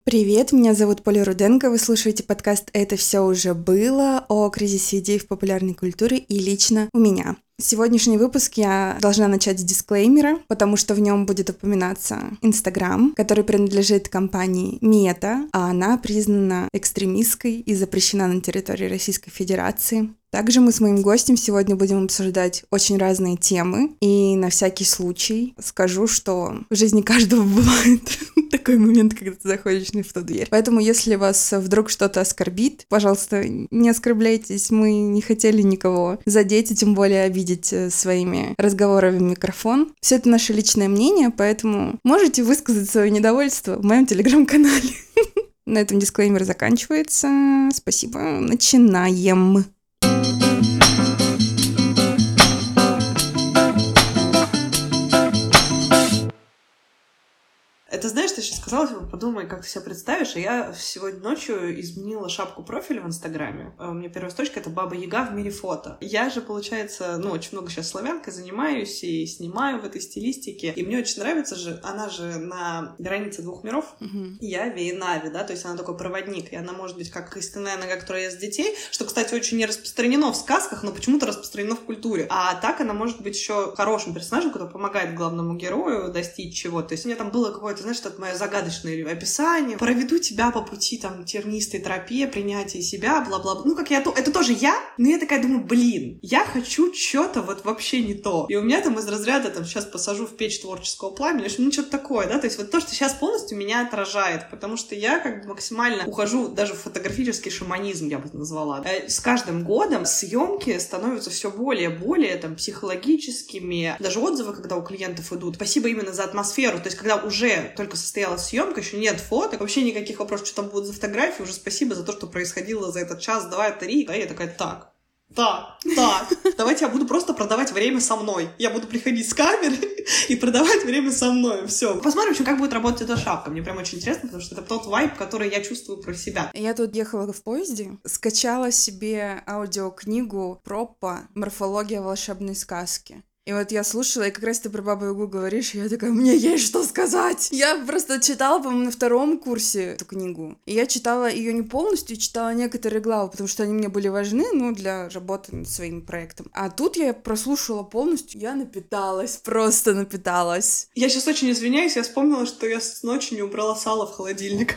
Привет, меня зовут Поля Руденко, вы слушаете подкаст «Это все уже было» о кризисе идей в популярной культуре и лично у меня. Сегодняшний выпуск я должна начать с дисклеймера, потому что в нем будет упоминаться Инстаграм, который принадлежит компании Мета, а она признана экстремистской и запрещена на территории Российской Федерации. Также мы с моим гостем сегодня будем обсуждать очень разные темы, и на всякий случай скажу, что в жизни каждого бывает такой момент, когда ты заходишь не в ту дверь. Поэтому, если вас вдруг что-то оскорбит, пожалуйста, не оскорбляйтесь, мы не хотели никого задеть, и тем более обидеть своими разговорами в микрофон. Все это наше личное мнение, поэтому можете высказать свое недовольство в моем телеграм-канале. На этом дисклеймер заканчивается. Спасибо. Начинаем. Это знаешь, ты сейчас сказала, подумай, как ты себя представишь, и я сегодня ночью изменила шапку профиля в Инстаграме. У меня первая строчка — это Баба Яга в мире фото. Я же, получается, очень много сейчас славянкой занимаюсь и снимаю в этой стилистике, и мне очень нравится же, она же на границе двух миров, Яви и Нави, да, то есть она такой проводник, и она может быть как истинная нога, которая ест детей, что, кстати, очень не распространено в сказках, но почему-то распространено в культуре. А так она может быть еще хорошим персонажем, который помогает главному герою достичь чего-то. То есть у меня там было какое-то, знаешь, это мое загадочное описание. Проведу тебя по пути там тернистой тропе, принятия себя, бла-бла-бла. Это тоже я, но я такая думаю, я хочу что-то вот вообще не то. И у меня там из разряда сейчас посажу в печь творческого пламени, что-то такое, да, то есть вот то, что сейчас полностью меня отражает, потому что я как бы максимально ухожу даже в фотографический шаманизм, я бы это назвала. С каждым годом съемки становятся все более и более там психологическими, даже отзывы, когда у клиентов идут. Спасибо именно за атмосферу, то есть когда уже только состоялась съемка, еще нет фоток, вообще никаких вопросов, что там будут за фотографии, уже спасибо за то, что происходило за этот час, 2, 3, да, я такая, так, давайте я буду просто продавать время со мной. Я буду приходить с камерой и продавать время со мной. Все. Посмотрим, как будет работать эта шапка. Мне прям очень интересно, потому что это тот вайб, который я чувствую про себя. Я тут ехала в поезде, скачала себе аудиокнигу Проппа «Морфология волшебной сказки». И вот я слушала, и как раз ты про Бабу Ягу говоришь, и я такая, мне есть что сказать. Я просто читала, по-моему, на 2-м курсе эту книгу. И я читала ее не полностью, читала некоторые главы, потому что они мне были важны, для работы над своим проектом. А тут я прослушала полностью, я просто напиталась. Я сейчас очень извиняюсь, я вспомнила, что я с ночи не убрала сало в холодильник.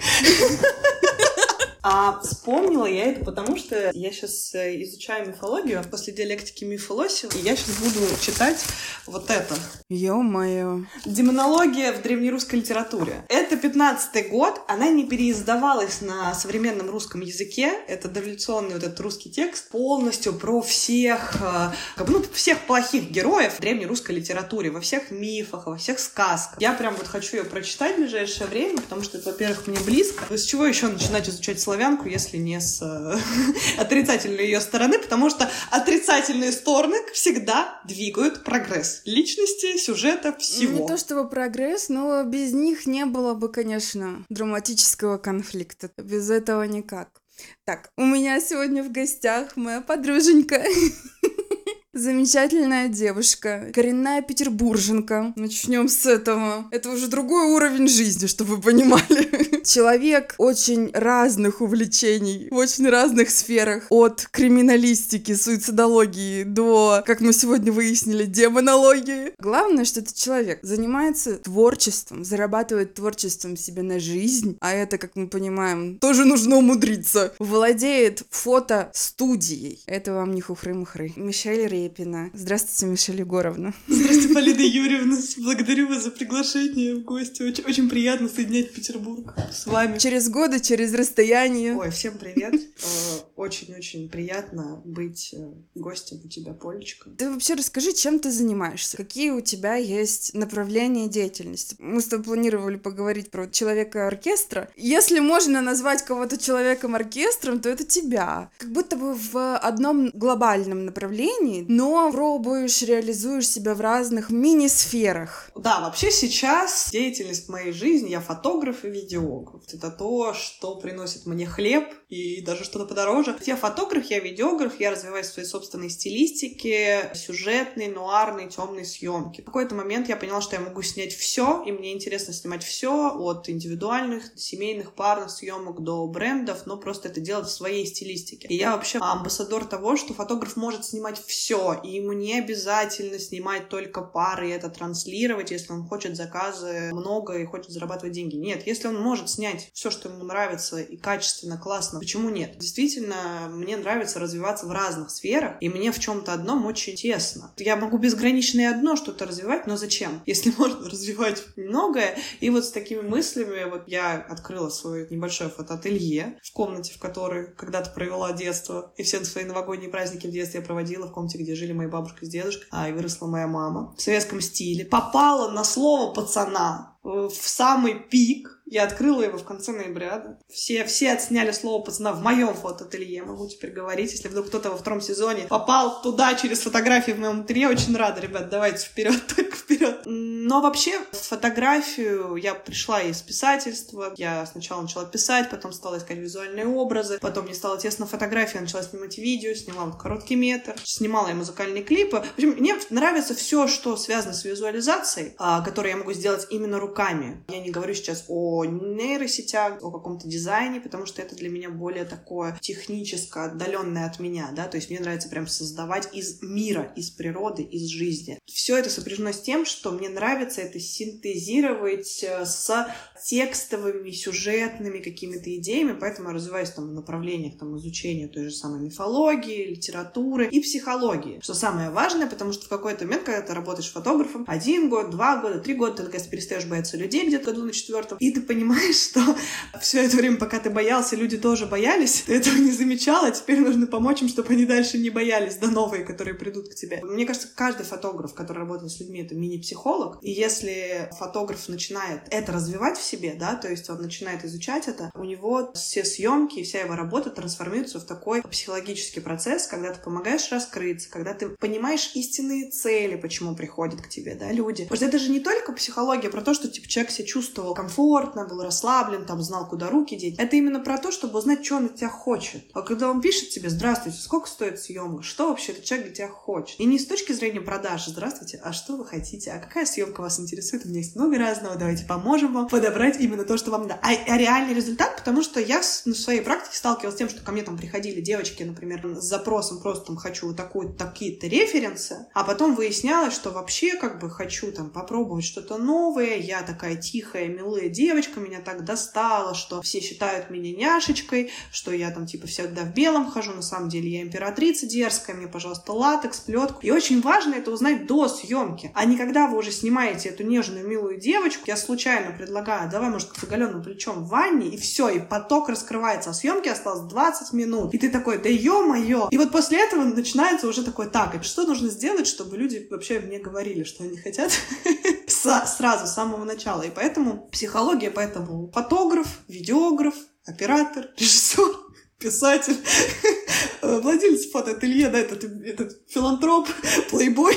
А вспомнила я это потому, что я сейчас изучаю мифологию после диалектики Мифолосева, и я сейчас буду читать вот это. Ё-моё. Демонология в древнерусской литературе. Это 15-й год, она не переиздавалась на современном русском языке. Это дореволюционный вот этот русский текст полностью про всех, всех плохих героев в древнерусской литературе, во всех мифах, во всех сказках. Я прям хочу ее прочитать в ближайшее время, потому что это, во-первых, мне близко. С чего еще начинать изучать славянку, если не с отрицательной ее стороны, потому что отрицательные стороны всегда двигают прогресс личности, сюжета, всего. Не то чтобы прогресс, но без них не было бы, конечно, драматического конфликта. Без этого никак. Так, у меня сегодня в гостях моя подруженька. Замечательная девушка, коренная петербурженка. Начнем с этого. Это уже другой уровень жизни, чтобы вы понимали. Человек очень разных увлечений, в очень разных сферах. От криминалистики, суицидологии до, как мы сегодня выяснили, демонологии. Главное, что этот человек занимается творчеством, зарабатывает творчеством себе на жизнь. А это, как мы понимаем, тоже нужно умудриться. Владеет фотостудией. Это вам не хухры-мухры. Мишель Репина. Здравствуйте, Мишель Егоровна. Здравствуйте, Полина Юрьевна. Благодарю вас за приглашение в гости. Очень, очень приятно соединять Петербург с вами. Через годы, через расстояние. Ой, всем привет. Очень-очень приятно быть гостем у тебя, Полечка. Ты вообще расскажи, чем ты занимаешься? Какие у тебя есть направления деятельности? Мы с тобой планировали поговорить про человека-оркестра. Если можно назвать кого-то человеком-оркестром, то это тебя. Как будто бы в одном глобальном направлении, но пробуешь, реализуешь себя в разных мини-сферах. Да, вообще сейчас деятельность в моей жизни, я фотограф и видеограф. фотограф. Это то, что приносит мне хлеб и даже что-то подороже. Я фотограф, я видеограф, я развиваюсь в своей собственной стилистике, сюжетной, нуарной, темной съемки. В какой-то момент я поняла, что я могу снять все, и мне интересно снимать все, от индивидуальных, семейных, парных съемок до брендов, но просто это делать в своей стилистике. И я вообще амбассадор того, что фотограф может снимать все, и ему не обязательно снимать только пары и это транслировать, если он хочет заказы много и хочет зарабатывать деньги. Нет, если он может снять все, что ему нравится и качественно, классно, почему нет? Действительно, мне нравится развиваться в разных сферах, и мне в чем-то одном очень тесно. Я могу безгранично и одно что-то развивать, но зачем? Если можно развивать многое. И вот с такими мыслями вот я открыла свое небольшое фотоателье в комнате, в которой когда-то провела детство, и все свои новогодние праздники в детстве я проводила в комнате, где жили мои бабушка с дедушкой, и выросла моя мама. В советском стиле. Попала на слово пацана в самый пик. Я открыла его в конце ноября. Да. Все отсняли слово пацана в моем фотоателье. Могу теперь говорить, если вдруг кто-то во втором сезоне попал туда через фотографии в моем ателье. Очень рада, ребят, давайте вперед, только вперед. Но вообще в фотографию я пришла из писательства. Я сначала начала писать, потом стала искать визуальные образы, потом мне стало тесно фотографии, я начала снимать видео, снимала короткий метр, снимала я музыкальные клипы. В общем, мне нравится все, что связано с визуализацией, которое я могу сделать именно руками. Я не говорю сейчас о нейросетях, о каком-то дизайне, потому что это для меня более такое техническое, отдаленное от меня, да, то есть мне нравится прям создавать из мира, из природы, из жизни. Все это сопряжено с тем, что мне нравится это синтезировать с текстовыми, сюжетными какими-то идеями, поэтому я развиваюсь там в направлениях там, изучения той же самой мифологии, литературы и психологии. Что самое важное, потому что в какой-то момент, когда ты работаешь фотографом, 1 год, 2 года, 3 года, ты наконец перестаешь бояться людей где-то году на 4-м, и ты понимаешь, что все это время, пока ты боялся, люди тоже боялись, ты этого не замечала, а теперь нужно помочь им, чтобы они дальше не боялись, да новые, которые придут к тебе. Мне кажется, каждый фотограф, который работает с людьми, это мини-психолог, и если фотограф начинает это развивать в себе, да, то есть он начинает изучать это, у него все съемки и вся его работа трансформируются в такой психологический процесс, когда ты помогаешь раскрыться, когда ты понимаешь истинные цели, почему приходят к тебе, да, люди. Потому что это же не только психология про то, что, типа, человек себя чувствовал комфортно, был расслаблен, там, знал, куда руки деть. Это именно про то, чтобы узнать, что он от тебя хочет. А когда он пишет тебе: здравствуйте, сколько стоит съемка, что вообще этот человек для тебя хочет? И не с точки зрения продажи: здравствуйте, а что вы хотите, а какая съемка вас интересует, у меня есть много разного, давайте поможем вам подобрать именно то, что вам надо. А реальный результат, потому что я в своей практике сталкивалась с тем, что ко мне там приходили девочки, например, с запросом просто там хочу вот такие-то референсы, а потом выяснялось, что вообще как бы хочу там попробовать что-то новое, я такая тихая, милая девочка, меня так достало, что все считают меня няшечкой, что я там типа всегда в белом хожу, на самом деле я императрица дерзкая, мне, пожалуйста, латекс, плетку. И очень важно это узнать до съемки, а не когда вы уже снимаете эту нежную, милую девочку, я случайно предлагаю: давай, может, с оголенным плечом в ванне, и все, и поток раскрывается, а съемки осталось 20 минут. И ты такой: да ё-моё! И вот после этого начинается уже такой: так, что нужно сделать, чтобы люди вообще мне говорили, что они хотят сразу, с самого начала. И поэтому психология, поэтому фотограф, видеограф, оператор, режиссер, писатель, владелец фотоателье, да, этот филантроп, плейбой.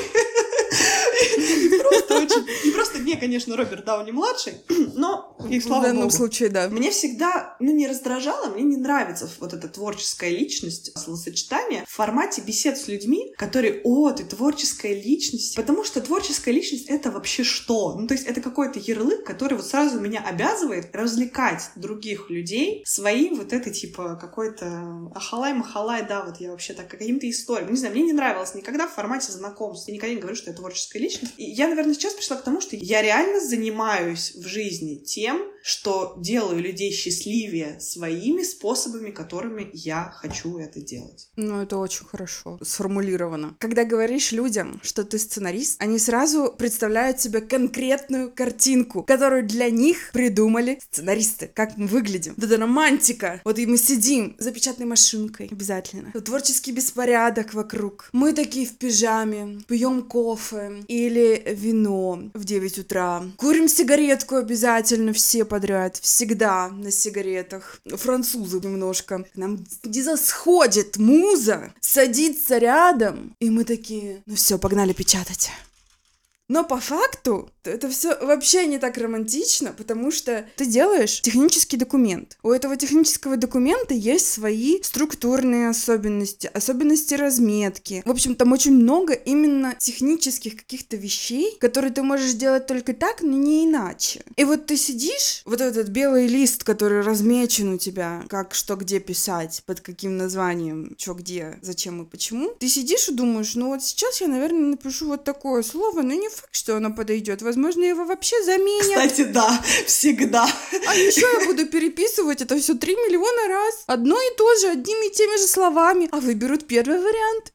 И просто не, конечно, Роберт Дауни-младший, но, и слава богу. В данном случае, да. Мне всегда, не раздражало, мне не нравится вот эта творческая личность, словосочетание в формате бесед с людьми, которые: о, ты творческая личность. Потому что творческая личность — это вообще что? То есть это какой-то ярлык, который вот сразу меня обязывает развлекать других людей своим вот этой, типа, какой-то ахалай-махалай, да, вот я вообще так, каким-то историям. Не знаю, мне не нравилось никогда в формате знакомств. Я никогда не говорю, что я творческая личность. И я, наверное, сейчас пришла к тому, что я реально занимаюсь в жизни тем, что делаю людей счастливее своими способами, которыми я хочу это делать. Это очень хорошо сформулировано. Когда говоришь людям, что ты сценарист, они сразу представляют себе конкретную картинку, которую для них придумали сценаристы. Как мы выглядим. Вот это романтика. Вот и мы сидим за печатной машинкой. Обязательно. Творческий беспорядок вокруг. Мы такие в пижаме, пьем кофе или вино в 9 утра. Курим сигаретку обязательно все подряд. Всегда на сигаретах. Французы немножко. Нам где засходит муза, садится рядом, и мы такие: ну все, погнали печатать. Но по факту это все вообще не так романтично, потому что ты делаешь технический документ. У этого технического документа есть свои структурные особенности, особенности разметки. В общем, там очень много именно технических каких-то вещей, которые ты можешь делать только так, но не иначе. И вот ты сидишь, вот этот белый лист, который размечен у тебя, как что где писать, под каким названием, что где, зачем и почему, ты сидишь и думаешь, ну вот сейчас я, наверное, напишу вот такое слово, но не факт, что оно подойдет. Возможно, его вообще заменят. Кстати, да, всегда. А еще я буду переписывать это все 3 миллиона раз. Одно и то же, одними и теми же словами. А выберут первый вариант.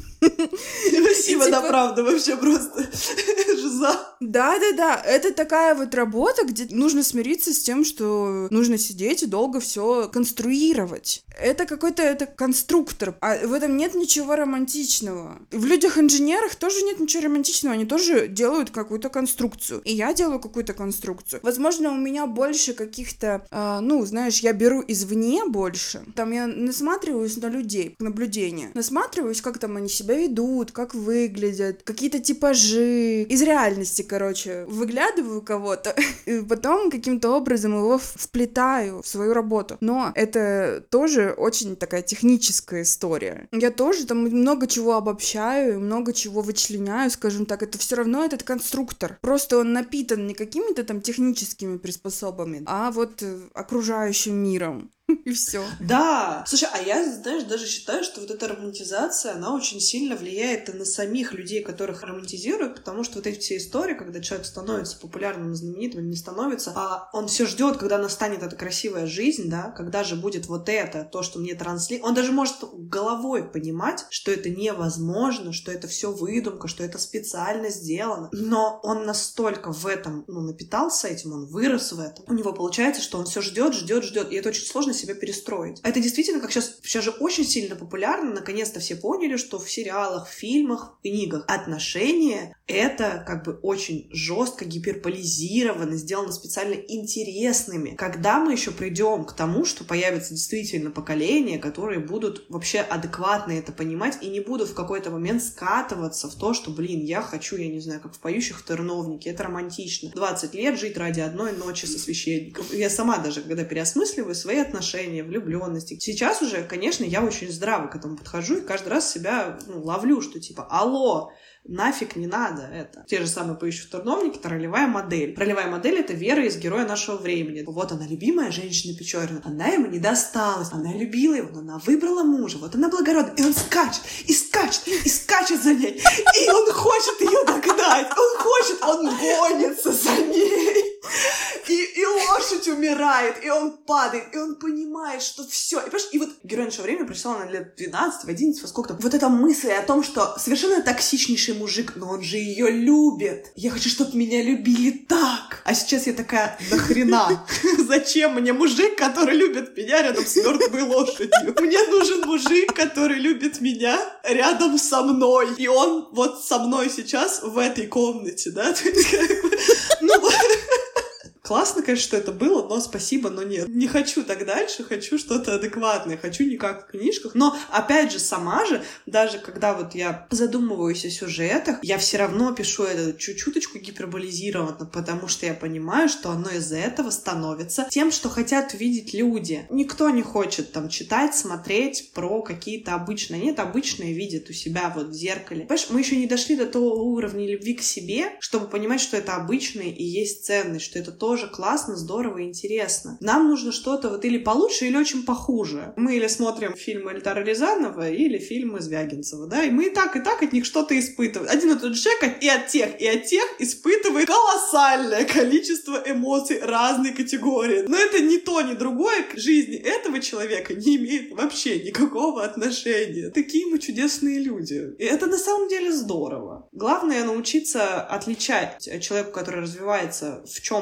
Спасибо, да, правда, вообще просто жиза. Да, это такая вот работа, где нужно смириться с тем, что нужно сидеть и долго все конструировать. Это какой-то конструктор, а в этом нет ничего романтичного. В людях-инженерах тоже нет ничего романтичного, они тоже делают какую-то конструкцию. И я делаю какую-то конструкцию. Возможно, у меня больше каких-то, знаешь, я беру извне больше. Там я насматриваюсь на людей, наблюдения. Насматриваюсь, как там они себя ведут, как выглядят, какие-то типажи. Из реальности, короче, выглядываю кого-то, и потом каким-то образом его вплетаю в свою работу. Но это тоже очень такая техническая история. Я тоже там много чего обобщаю, много чего вычленяю, скажем так. Это все равно этот конструктор. Просто он напитан не какими-то там техническими приспособами, а вот окружающим миром. И все. Да. Слушай, а я, знаешь, даже считаю, что вот эта романтизация, она очень сильно влияет и на самих людей, которых романтизируют, потому что вот эти все истории, когда человек становится популярным, знаменитым, не становится, а он все ждет, когда настанет эта красивая жизнь, да, когда же будет вот это, то, что мне транслирует. Он даже может головой понимать, что это невозможно, что это все выдумка, что это специально сделано. Но он настолько в этом, напитался этим, он вырос в этом. У него получается, что он все ждет, и это очень сложно себя перестроить. А это действительно, как сейчас же очень сильно популярно, наконец-то все поняли, что в сериалах, в фильмах, в книгах отношения — это как бы очень жестко гиперболизировано, сделано специально интересными. Когда мы еще придем к тому, что появится действительно поколение, которые будут вообще адекватно это понимать и не будут в какой-то момент скатываться в то, что, я хочу, я не знаю, как в «Поющих в терновнике», это романтично. 20 лет жить ради одной ночи со священником. Я сама даже, когда переосмысливаю свои отношения, влюбленности. Сейчас уже, конечно, я очень здраво к этому подхожу и каждый раз себя ловлю, что типа алло, нафиг не надо это. Те же самые «Поющие в терновнике», это ролевая модель. Ролевая модель — это Вера из «Героя нашего времени». Вот она любимая женщина Печорина, она ему не досталась, она любила его, но она выбрала мужа, вот она благородная, и он скачет за ней, и он хочет ее догнать, он гонится за ней. И лошадь умирает, и он падает, и он понимает, что все. И вот «Герой нашего времени» прочитала на лет 12, 11, во сколько-то. Вот эта мысль о том, что совершенно токсичнейший мужик, но он же ее любит. Я хочу, чтобы меня любили так. А сейчас я такая, нахрена? Зачем мне мужик, который любит меня рядом с мертвой лошадью? Мне нужен мужик, который любит меня рядом со мной. И он вот со мной сейчас в этой комнате, да? То есть, классно, конечно, что это было, но спасибо, но нет. Не хочу так дальше, хочу что-то адекватное, хочу не как в книжках. Но, опять же, сама же, даже когда вот я задумываюсь о сюжетах, я все равно пишу это чуть-чуточку гиперболизированно, потому что я понимаю, что оно из-за этого становится тем, что хотят видеть люди. Никто не хочет там читать, смотреть про какие-то обычные. Нет, обычные видят у себя вот в зеркале. Понимаешь, мы еще не дошли до того уровня любви к себе, чтобы понимать, что это обычное и есть ценность, что это тоже классно, здорово и интересно. Нам нужно что-то вот или получше, или очень похуже. Мы или смотрим фильмы Эльдара Рязанова, или фильмы Звягинцева, да, и мы и так от них что-то испытываем. Один и тот же человек и от тех испытывает колоссальное количество эмоций разной категории. Но это ни то, ни другое к жизни этого человека не имеет вообще никакого отношения. Такие мы чудесные люди. И это на самом деле здорово. Главное научиться отличать человека, который развивается в чем-то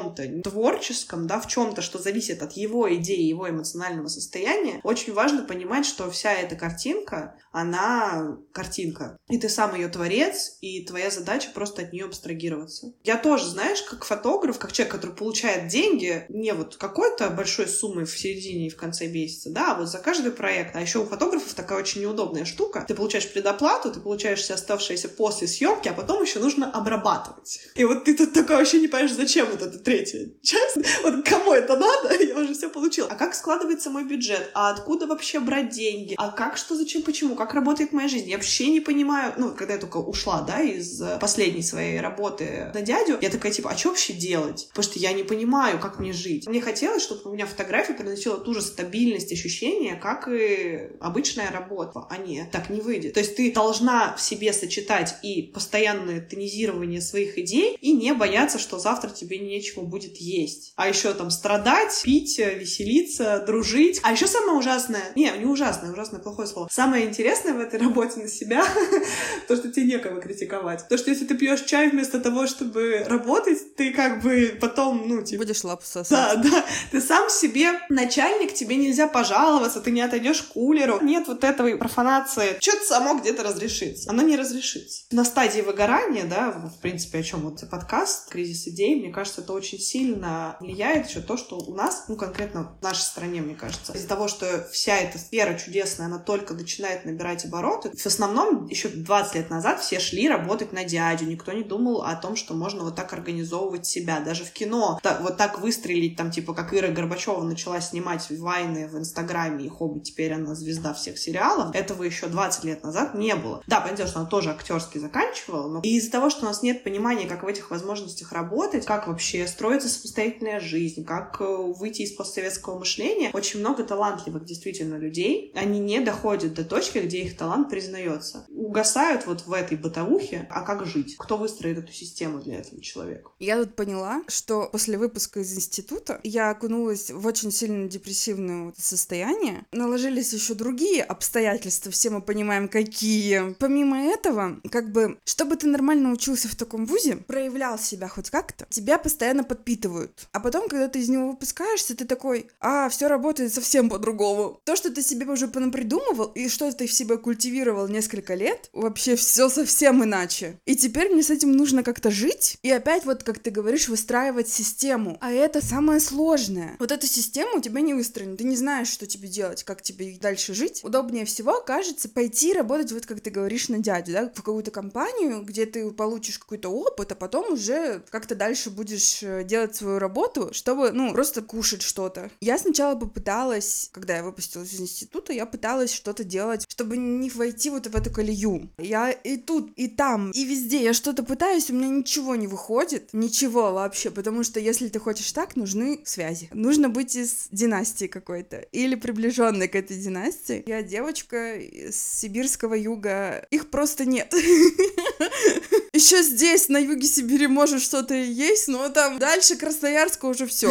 творческом, да, в чем-то, что зависит от его идеи, его эмоционального состояния, очень важно понимать, что вся эта картинка, она картинка. И ты сам ее творец, и твоя задача просто от нее абстрагироваться. Я тоже, знаешь, как фотограф, как человек, который получает деньги не вот какой-то большой суммой в середине и в конце месяца, да, а вот за каждый проект. А еще у фотографов такая очень неудобная штука. Ты получаешь предоплату, ты получаешь все оставшиеся после съемки, а потом еще нужно обрабатывать. И вот ты тут такой вообще не понимаешь, зачем вот эта третья часть. Вот кому это надо? Я уже все получила. А как складывается мой бюджет? А откуда вообще брать деньги? А как, что, зачем, почему? Как работает моя жизнь? Я вообще не понимаю. Ну, когда я только ушла, да, из последней своей работы на дядю, я такая, типа, а что вообще делать? Потому что я не понимаю, как мне жить. Мне хотелось, чтобы у меня фотография приносила ту же стабильность ощущения, как и обычная работа. А нет, так не выйдет. То есть ты должна в себе сочетать и постоянное тонизирование своих идей, и не бояться, что завтра тебе нечего будет есть. А еще там страдать, пить, веселиться, дружить. А еще самое ужасное... Не ужасное плохое слово. Самое интересное в этой работе на себя то, что тебе некого критиковать. То, что если ты пьешь чай вместо того, чтобы работать, ты как бы потом, ну, типа... Будешь лапу сосать. Да. Ты сам себе начальник, тебе нельзя пожаловаться, ты не отойдешь к кулеру. Нет вот этой профанации. Что-то само где-то разрешится. Оно не разрешится. На стадии выгорания, да, в принципе, о чем вот подкаст «Кризис идей», мне кажется, это очень сильно влияет еще то, что у нас, ну, конкретно в нашей стране, мне кажется, из-за того, что вся эта сфера чудесная, она только начинает набирать обороты. В основном еще 20 лет назад все шли работать на дядю. Никто не думал о том, что можно вот так организовывать себя. Даже в кино вот так выстрелить, там, типа, как Ира Горбачева начала снимать вайны в Инстаграме, и хобби, теперь она звезда всех сериалов. Этого еще 20 лет назад не было. Да, понятно, что она тоже актерски заканчивала, но и из-за того, что у нас нет понимания, как в этих возможностях работать, как вообще строится самостоятельная жизнь, как выйти из постсоветского мышления, очень много талантливых действительно людей, они не доходят до точки, где их талант признается. Угасают вот в этой бытовухе, а как жить? Кто выстроит эту систему для этого человека? Я тут поняла, что после выпуска из института я окунулась в очень сильно депрессивное состояние. Наложились еще другие обстоятельства, все мы понимаем, какие. Помимо этого, как бы, чтобы ты нормально учился в таком вузе, проявлял себя хоть как-то, тебя постоянно подпитывают. А потом, когда ты из него выпускаешься, ты такой, все работает совсем по-другому. То, что ты себе уже понапридумывал, и что ты в себе культивировал несколько лет, вообще все совсем иначе. И теперь мне с этим нужно как-то жить, и опять, вот как ты говоришь, выстраивать систему. А это самое сложное. Вот эту систему у тебя не выстроена. Ты не знаешь, что тебе делать, как тебе дальше жить. Удобнее всего, кажется, пойти работать, вот как ты говоришь, на дядю, да, в какую-то компанию, где ты получишь какой-то опыт, а потом уже как-то дальше будешь делать свою работу, чтобы, просто кушать что-то. Я сначала попыталась, когда я выпустилась из института, я пыталась что-то делать, чтобы не войти вот в эту колею. Я и тут, и там, и везде я что-то пытаюсь, у меня ничего не выходит, ничего вообще, потому что если ты хочешь так, нужны связи. Нужно быть из династии какой-то, или приближенной к этой династии. Я девочка из сибирского юга, их просто нет. Еще здесь, на юге Сибири, может что-то и есть, но там дальше Красноярска уже все.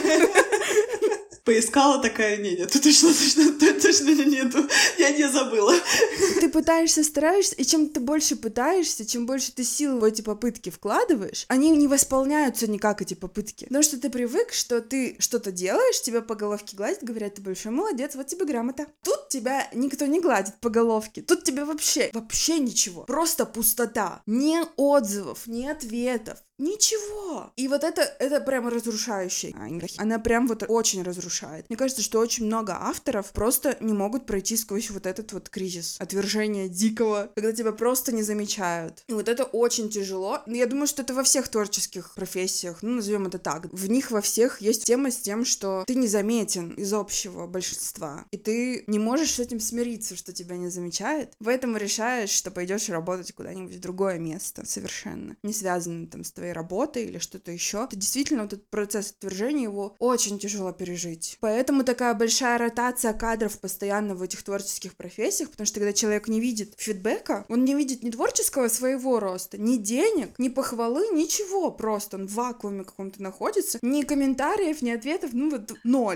Поискала такая, нет, точно нету, я не забыла. Ты пытаешься, стараешься, и чем ты больше пытаешься, чем больше ты сил в эти попытки вкладываешь, они не восполняются никак, эти попытки. Потому что ты привык, что ты что-то делаешь, тебя по головке гладят, говорят, ты большой молодец, вот тебе грамота. Тут тебя никто не гладит по головке, тут тебе вообще ничего, просто пустота, ни отзывов, ни ответов. Ничего. И вот это прям разрушающее. Она прям вот очень разрушает. Мне кажется, что очень много авторов просто не могут пройти сквозь вот этот вот кризис отвержения дикого, когда тебя просто не замечают. И вот это очень тяжело. Я думаю, что это во всех творческих профессиях, назовем это так. В них во всех есть тема с тем, что ты не заметен из общего большинства. И ты не можешь с этим смириться, что тебя не замечают. Поэтому решаешь, что пойдешь работать куда-нибудь в другое место совершенно. Не связанное там с твоей работы или что-то еще. Это действительно вот этот процесс отвержения, его очень тяжело пережить. Поэтому такая большая ротация кадров постоянно в этих творческих профессиях, потому что когда человек не видит фидбэка, он не видит ни творческого своего роста, ни денег, ни похвалы, ничего. Просто он в вакууме каком-то находится. Ни комментариев, ни ответов, ноль.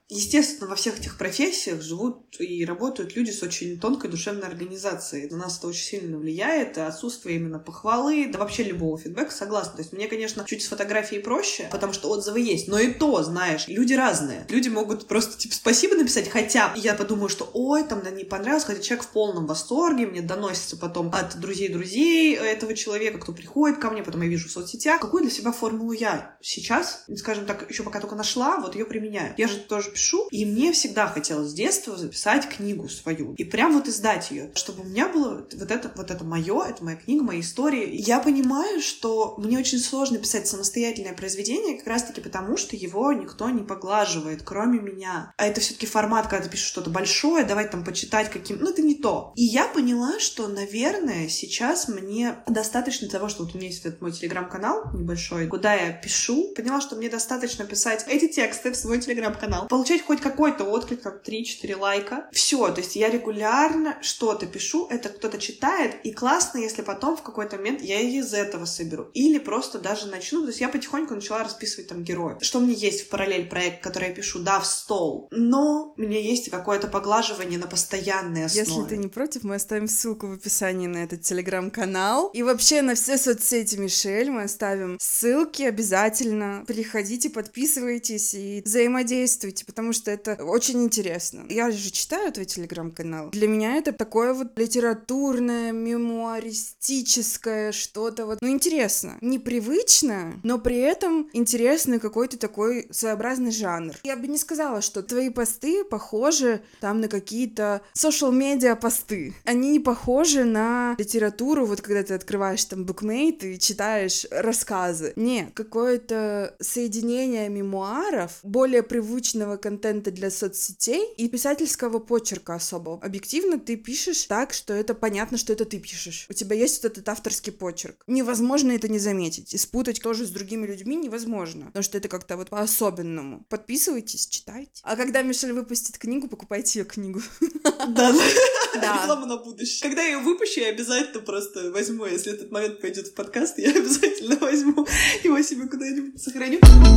Естественно, во всех этих профессиях живут и работают люди с очень тонкой душевной организацией. На нас это очень сильно влияет, и отсутствие именно похвалы, да вообще любого фидбэка, согласна. То есть мне, конечно, чуть с фотографией проще, потому что отзывы есть, но и то, знаешь, люди разные. Люди могут просто, типа, спасибо написать, хотя я подумаю, что, ой, там, да, не понравилось, хотя человек в полном восторге, мне доносится потом от друзей этого человека, кто приходит ко мне, потом я вижу в соцсетях. Какую для себя формулу я сейчас, скажем так, еще пока только нашла, вот ее применяю. Я же тоже пишу, и мне всегда хотелось с детства записать книгу свою и прям вот издать ее, чтобы у меня было вот это мое, это моя книга, моя история. Я понимаю, что мне очень сложно писать самостоятельное произведение, как раз-таки потому, что его никто не поглаживает, кроме меня. А это все-таки формат, когда ты пишешь что-то большое, давай там почитать каким... Ну, это не то. И я поняла, что, наверное, сейчас мне достаточно того, что вот у меня есть этот мой телеграм-канал небольшой, куда я пишу. Поняла, что мне достаточно писать эти тексты в свой телеграм-канал, получать хоть какой-то отклик, как 3-4 лайка. Все, то есть я регулярно что-то пишу, это кто-то читает, и классно, если потом в какой-то момент я из этого соберу. Или просто даже начну, то есть я потихоньку начала расписывать там героев. Что у меня есть в параллель проект, который я пишу, да, в стол, но у меня есть какое-то поглаживание на постоянной основе. Если ты не против, мы оставим ссылку в описании на этот телеграм-канал. И вообще на все соцсети Мишель мы оставим ссылки обязательно. Переходите, подписывайтесь и взаимодействуйте, потому что это очень интересно. Я же читаю твой телеграм-канал. Для меня это такое вот литературное, мемуаристическое что-то вот, ну, интересно. Непривычно, но при этом интересный какой-то такой своеобразный жанр. Я бы не сказала, что твои посты похожи там на какие-то social-media посты. Они не похожи на литературу, вот когда ты открываешь там букмейт и читаешь рассказы. Не, какое-то соединение мемуаров, более привычного контента для соцсетей и писательского почерка особого. Объективно ты пишешь так, что это понятно, что это ты пишешь. У тебя есть вот этот авторский почерк. Невозможно это не заметить. И спутать тоже с другими людьми невозможно, потому что это как-то вот по-особенному. Подписывайтесь, читайте. А когда Мишель выпустит книгу, покупайте ее книгу. Да. Реклама на будущее. Когда я ее выпущу, я обязательно просто возьму, если этот момент пойдет в подкаст, я обязательно возьму его себе куда-нибудь сохраню.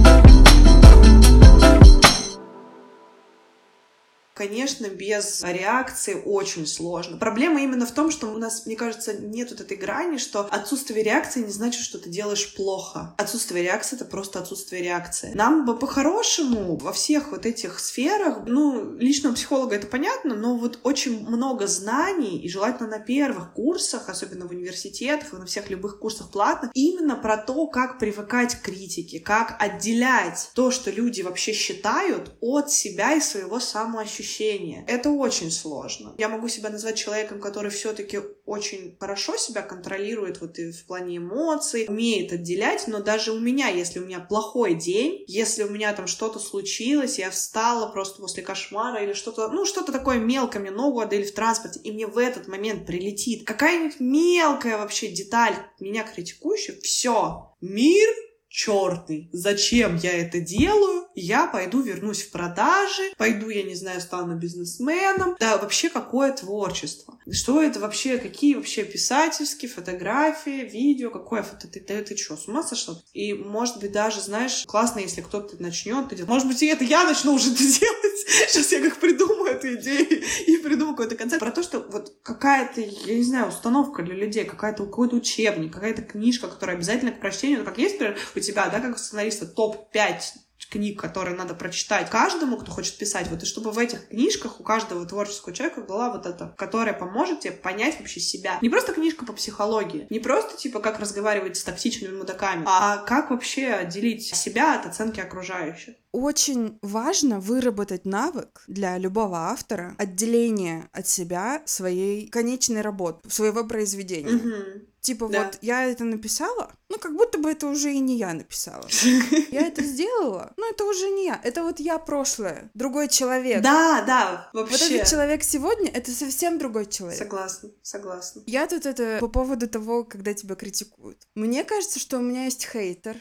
Конечно, без реакции очень сложно. Проблема именно в том, что у нас, мне кажется, нет вот этой грани, что отсутствие реакции не значит, что ты делаешь плохо. Отсутствие реакции — это просто отсутствие реакции. Нам бы по-хорошему во всех вот этих сферах, ну, личного психолога это понятно, но вот очень много знаний, и желательно на первых курсах, особенно в университетах, на всех любых курсах платных, именно про то, как привыкать к критике, как отделять то, что люди вообще считают, от себя и своего самоощущения. Это очень сложно. Я могу себя назвать человеком, который все-таки очень хорошо себя контролирует вот и в плане эмоций, умеет отделять, но даже у меня, если у меня плохой день, если у меня там что-то случилось, я встала просто после кошмара или что-то, ну, что-то такое мелкое, мне ногу отдали в транспорте, и мне в этот момент прилетит какая-нибудь мелкая вообще деталь меня критикующая, все, мир черный. Зачем я это делаю? Я пойду вернусь в продажи, пойду, я не знаю, стану бизнесменом. Да, вообще какое творчество? Что это вообще? Какие вообще писательские, фотографии, видео? Какое фото? Ты что, с ума сошла? И, может быть, даже, знаешь, классно, если кто-то начнет. Может быть, и это я начну уже это делать. Сейчас я как придумаю эту идею и придумаю какой-то концепт. Про то, что вот какая-то, я не знаю, установка для людей, какой-то учебник, какая-то книжка, которая обязательно к прочтению, ну, как есть, например, у тебя, да, как у сценариста, топ-5 книг, которые надо прочитать каждому, кто хочет писать, вот, и чтобы в этих книжках у каждого творческого человека была вот эта, которая поможет тебе понять вообще себя. Не просто книжка по психологии, не просто, типа, как разговаривать с токсичными мудаками, а как вообще отделить себя от оценки окружающих. Очень важно выработать навык для любого автора отделения от себя своей конечной работы, своего произведения. Типа, да. Вот я это написала, ну, как будто бы это уже и не я написала. Я это сделала, но это уже не я. Это вот я прошлое, другой человек. Да, вообще. Вот этот человек сегодня, это совсем другой человек. Согласна. Я тут это по поводу того, когда тебя критикуют. Мне кажется, что у меня есть хейтер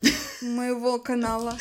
моего канала,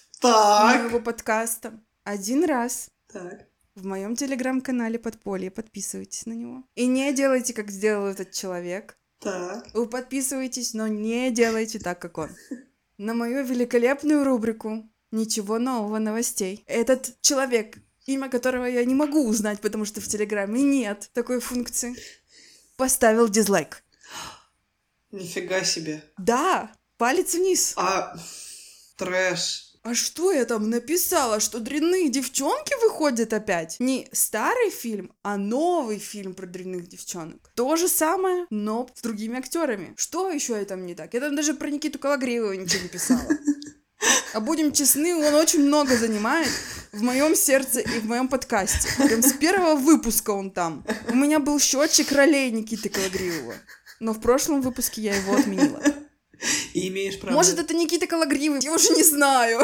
моего подкаста. Один раз. Так. В моем телеграм-канале Подполье, подписывайтесь на него. И не делайте, как сделал этот человек. Так. Вы подписывайтесь, но не делайте так, как он. На мою великолепную рубрику Ничего нового новостей. Этот человек, имя которого я не могу узнать, потому что в Телеграме нет такой функции, поставил дизлайк. Нифига себе. Да, палец вниз. Трэш. А что я там написала? Что дрянные девчонки выходят опять? Не старый фильм, а новый фильм про дрянных девчонок. То же самое, но с другими актерами. Что еще я там не так? Я там даже про Никиту Кологривова ничего не писала. А будем честны, он очень много занимает в моем сердце и в моем подкасте. Прям с первого выпуска он там. У меня был счетчик ролей Никиты Кологривова. Но в прошлом выпуске я его отменила. И имеешь право. Может, это Никита Кологривый, я уже не знаю.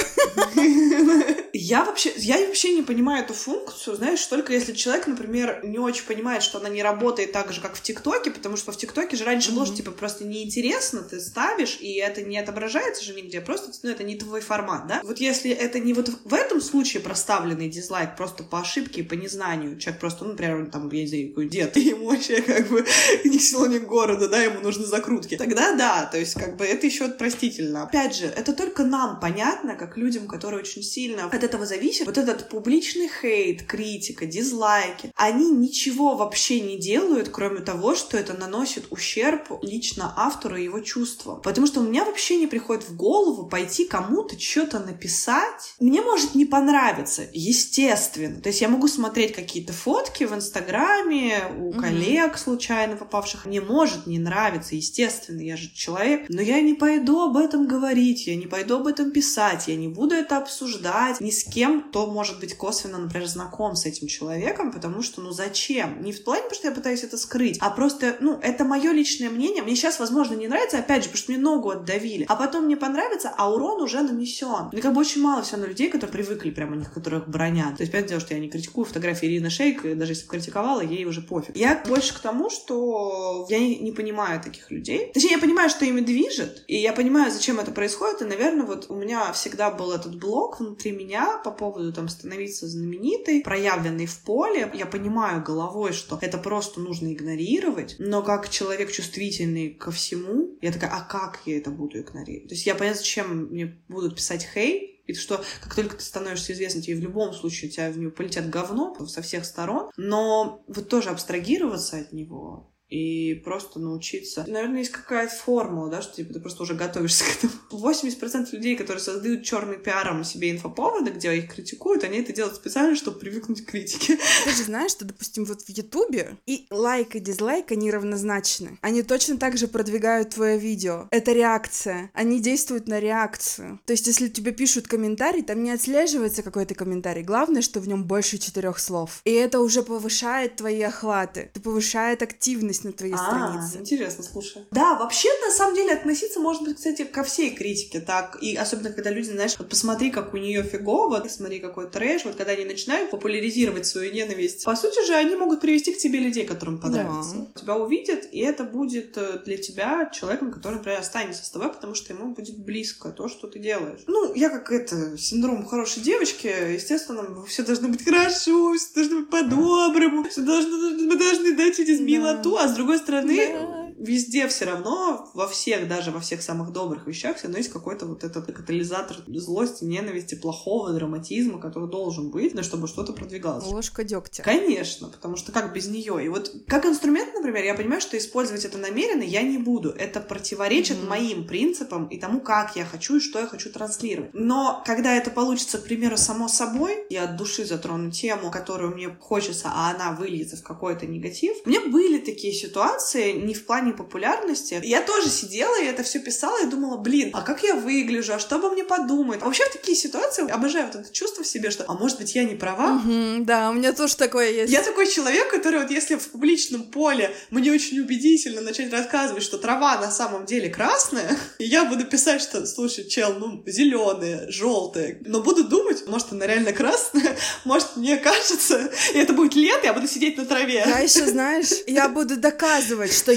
Я вообще не понимаю эту функцию, знаешь, только если человек, например, не очень понимает, что она не работает так же, как в ТикТоке, потому что в ТикТоке же раньше было, что, типа, просто неинтересно, ты ставишь, и это не отображается же нигде, просто, ну, это не твой формат, да? Вот если это не вот в этом случае проставленный дизлайк, просто по ошибке и по незнанию, человек просто, ну, например, там, я не знаю, какой дед, и ему вообще, как бы, ни село, ни города, да, ему нужны закрутки, тогда да, то есть, как бы, это еще простительно. Опять же, это только нам понятно, как людям, которые очень сильно от этого зависят. Вот этот публичный хейт, критика, дизлайки, они ничего вообще не делают, кроме того, что это наносит ущерб лично автору и его чувствам. Потому что у меня вообще не приходит в голову пойти кому-то что-то написать. Мне может не понравиться, естественно. То есть я могу смотреть какие-то фотки в Инстаграме у коллег, случайно попавших. Мне может не нравиться, естественно, я же человек. Но я не пойду об этом говорить, я не пойду об этом писать, я не буду это обсуждать ни с кем, кто может быть косвенно, например, знаком с этим человеком, потому что, ну, зачем? Не в плане, потому что я пытаюсь это скрыть, а просто, ну, это мое личное мнение, мне сейчас, возможно, не нравится, опять же, потому что мне ногу отдавили, а потом мне понравится, а урон уже нанесен. Мне как бы очень мало все равно людей, которые привыкли прямо, них, которых бронят. То есть, понятное дело, что я не критикую фотографии Ирины Шейк, даже если бы критиковала, ей уже пофиг. Я больше к тому, что я не понимаю таких людей. Точнее, я понимаю, что ими движет, и я понимаю, зачем это происходит, и, наверное, вот у меня всегда был этот блок внутри меня по поводу там становиться знаменитой, проявленной в поле. Я понимаю головой, что это просто нужно игнорировать, но как человек чувствительный ко всему, я такая, а как я это буду игнорировать? То есть я понимаю, зачем мне будут писать хейт, и что как только ты становишься известным, тебе в любом случае у тебя в него полетят говно со всех сторон, но вот тоже абстрагироваться от него и просто научиться. Наверное, есть какая-то формула, да, что типа ты просто уже готовишься к этому. 80% людей, которые создают черный пиаром себе инфоповоды, где их критикуют, они это делают специально, чтобы привыкнуть к критике. Ты же знаешь, что, допустим, вот в Ютубе и лайк, и дизлайк, они равнозначны. Они точно так же продвигают твое видео. Это реакция. Они действуют на реакцию. То есть, если тебе пишут комментарий, там не отслеживается какой-то комментарий. Главное, что в нем больше 4 слов. И это уже повышает твои охваты. Это повышает активность на твоей странице. Интересно, слушай. Да, вообще, на самом деле, относиться, может быть, кстати, ко всей критике так. И особенно, когда люди, знаешь, вот посмотри, как у нее фигово, смотри, какой трэш. Вот когда они начинают популяризировать свою ненависть, по сути же, они могут привести к тебе людей, которым понравится. Да. Тебя увидят, и это будет для тебя человеком, который, например, останется с тобой, потому что ему будет близко то, что ты делаешь. Ну, я как синдром хорошей девочки, естественно, все должно быть хорошо, все должно быть по-доброму, мы должны дать через милоту, а с другой стороны, везде все равно, даже во всех самых добрых вещах, все равно есть какой-то вот этот катализатор злости, ненависти, плохого драматизма, который должен быть, чтобы что-то продвигалось. Ложка дегтя. Конечно, потому что как без нее? И вот как инструмент, например, я понимаю, что использовать это намеренно я не буду. Это противоречит моим принципам и тому, как я хочу и что я хочу транслировать. Но когда это получится, к примеру, само собой, я от души затрону тему, которую мне хочется, а она выльется в какой-то негатив. У меня были такие ситуации, не в плане популярности. Я тоже сидела и это все писала и думала, блин, а как я выгляжу, а что обо мне подумают? А вообще в такие ситуации обожаю вот это чувство в себе, что, а может быть, я не права? Да, у меня тоже такое есть. Я такой человек, который вот если в публичном поле мне очень убедительно начать рассказывать, что трава на самом деле красная, и я буду писать, что, слушай, чел, зеленая, желтая, но буду думать, может, она реально красная, может, мне кажется, и это будет лето, я буду сидеть на траве. Я еще, знаешь, я буду доказывать, что я права.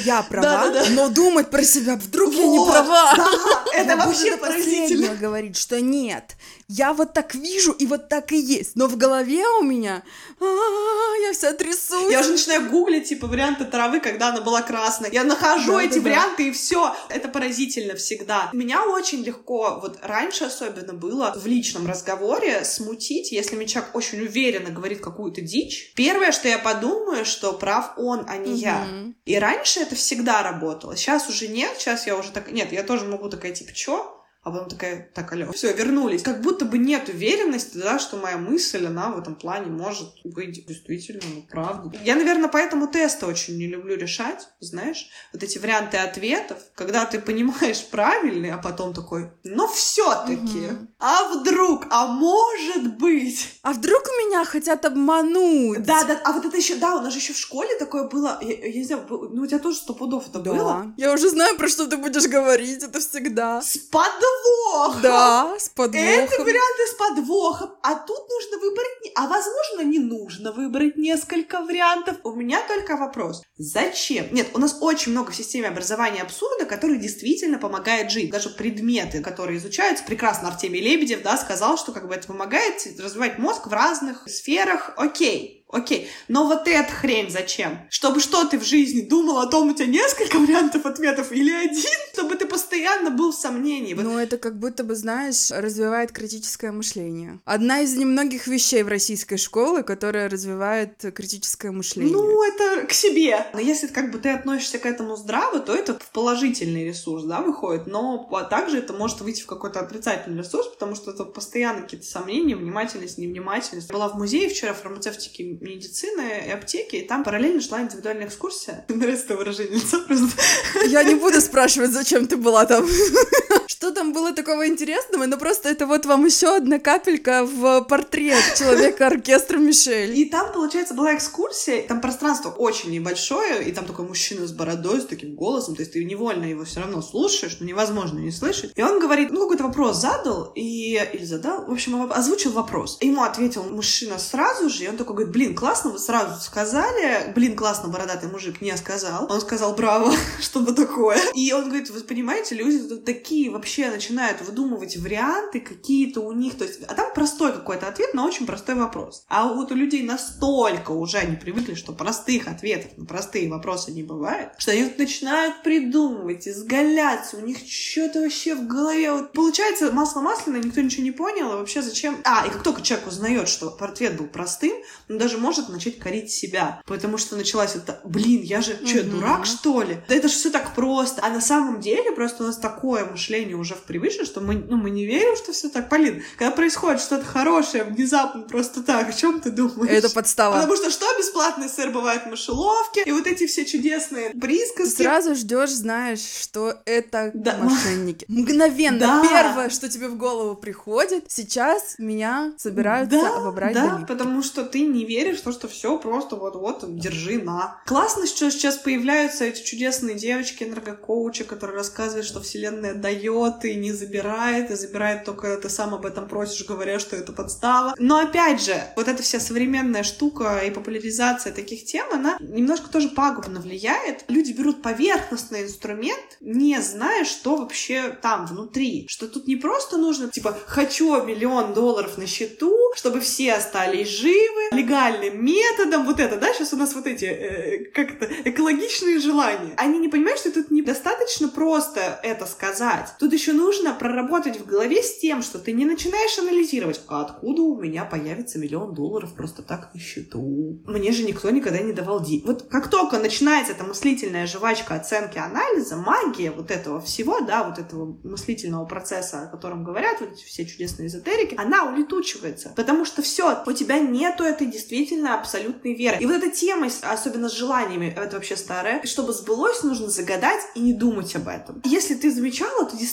права, но думать про себя, вдруг я не права. Да, это Она вообще будет до поразительно. последнего говорить, что нет, я вот так вижу, и вот так и есть, но в голове у меня, я вся трясусь. Я уже начинаю гуглить, типа, варианты травы, когда она была красной. Я нахожу эти варианты, и все. Это поразительно всегда. Меня очень легко, вот раньше особенно было в личном разговоре смутить, если мне человек очень уверенно говорит какую-то дичь. Первое, что я подумаю, что прав он, а не я. И раньше это всегда работало. Сейчас уже нет, сейчас я уже так... Нет, я тоже могу такая, типа, чё? А потом такая, так, алло, все, вернулись. Как будто бы нет уверенности, да, что моя мысль, она в этом плане может быть действительно, правда. Я, наверное, поэтому тесты очень не люблю решать, знаешь, вот эти варианты ответов, когда ты понимаешь правильный, а потом такой, но все-таки, а вдруг, а может быть. А вдруг меня хотят обмануть? Да, а вот это еще, да, у нас же еще в школе такое было, я не знаю, ну у тебя тоже 100 пудов это было. Я уже знаю, про что ты будешь говорить, это всегда. С подвохом! Да, с подвохом. Это варианты с подвохом. А тут нужно выбрать... А возможно, не нужно выбрать несколько вариантов. У меня только вопрос. Зачем? Нет, у нас очень много в системе образования абсурда, который действительно помогает жить. Даже предметы, которые изучаются, прекрасно Артемий Лебедев, да, сказал, что как бы это помогает развивать мозг в разных сферах. Окей. Но вот эта хрень зачем? Чтобы что ты в жизни думал о том, у тебя несколько вариантов ответов или один, чтобы ты постоянно был в сомнении. Ну, это как будто бы, знаешь, развивает критическое мышление. Одна из немногих вещей в российской школе, которая развивает критическое мышление. Ну, это к себе. Но если как бы ты относишься к этому здраво, то это в положительный ресурс, да, выходит. Но также это может выйти в какой-то отрицательный ресурс, потому что это постоянно какие-то сомнения, внимательность, невнимательность. Была в музее вчера фармацевтики, медицины и аптеки, и там параллельно шла индивидуальная экскурсия. Мне нравится это выражение лица просто. Я не буду спрашивать, зачем ты была там. Что там было такого интересного? Но просто это вот вам еще одна капелька в портрет человека-оркестра Мишель. И там, получается, была экскурсия, там пространство очень небольшое, и там такой мужчина с бородой, с таким голосом, то есть ты невольно его все равно слушаешь, но невозможно не слышать. И он говорит, ну, какой-то вопрос задал, или задал, в общем, озвучил вопрос. Ему ответил мужчина сразу же, и он такой говорит, блин, классно, вы сразу сказали, блин, классно, бородатый мужик не сказал. Он сказал, браво, что-то такое. И он говорит, вы понимаете, люди тут такие вообще начинают выдумывать варианты какие-то у них, то есть, а там простой какой-то ответ на очень простой вопрос. А вот у людей настолько уже они привыкли, что простых ответов на простые вопросы не бывает, что они вот начинают придумывать, изгаляться, у них что-то вообще в голове. Вот получается, масло масляное, никто ничего не понял, и вообще зачем... и как только человек узнает, что ответ был простым, он даже может начать корить себя, потому что началась это, блин, я же что, дурак, что ли? Да это же все так просто. А на самом деле просто у нас такое мышление уже привычно, что мы не верим, что все так. Полин, когда происходит что-то хорошее, внезапно просто так, о чем ты думаешь? Это подстава. Потому что бесплатный сыр бывает в мышеловке, и вот эти все чудесные присказки. Ты сразу ждешь, знаешь, что это мошенники. Мгновенно. Первое, что тебе в голову приходит, сейчас меня собираются обобрать до нитки. Потому что ты не веришь в то, что все просто вот держи на. Классно, что сейчас появляются эти чудесные девочки-энергокоучи, которые рассказывают, что вселенная дает и не забирает, и забирает только когда ты сам об этом просишь, говоря, что это подстава. Но опять же, вот эта вся современная штука и популяризация таких тем, она немножко тоже пагубно влияет. Люди берут поверхностный инструмент, не зная, что вообще там внутри. Что тут не просто нужно, типа, хочу $1 миллион на счету, чтобы все остались живы, легальным методом, вот это, да, сейчас у нас вот эти, экологичные желания. Они не понимают, что тут недостаточно просто это сказать. Тут еще нужно проработать в голове с тем, что ты не начинаешь анализировать, а откуда у меня появится $1 миллион просто так на счету. Мне же никто никогда не давал денег. Вот как только начинается эта мыслительная жвачка оценки анализа, магия вот этого всего, да, вот этого мыслительного процесса, о котором говорят вот эти все чудесные эзотерики, она улетучивается. Потому что все, у тебя нету этой действительно абсолютной веры. И вот эта тема, особенно с желаниями, это вообще старая. Чтобы сбылось, нужно загадать и не думать об этом. Если ты замечала, то действительно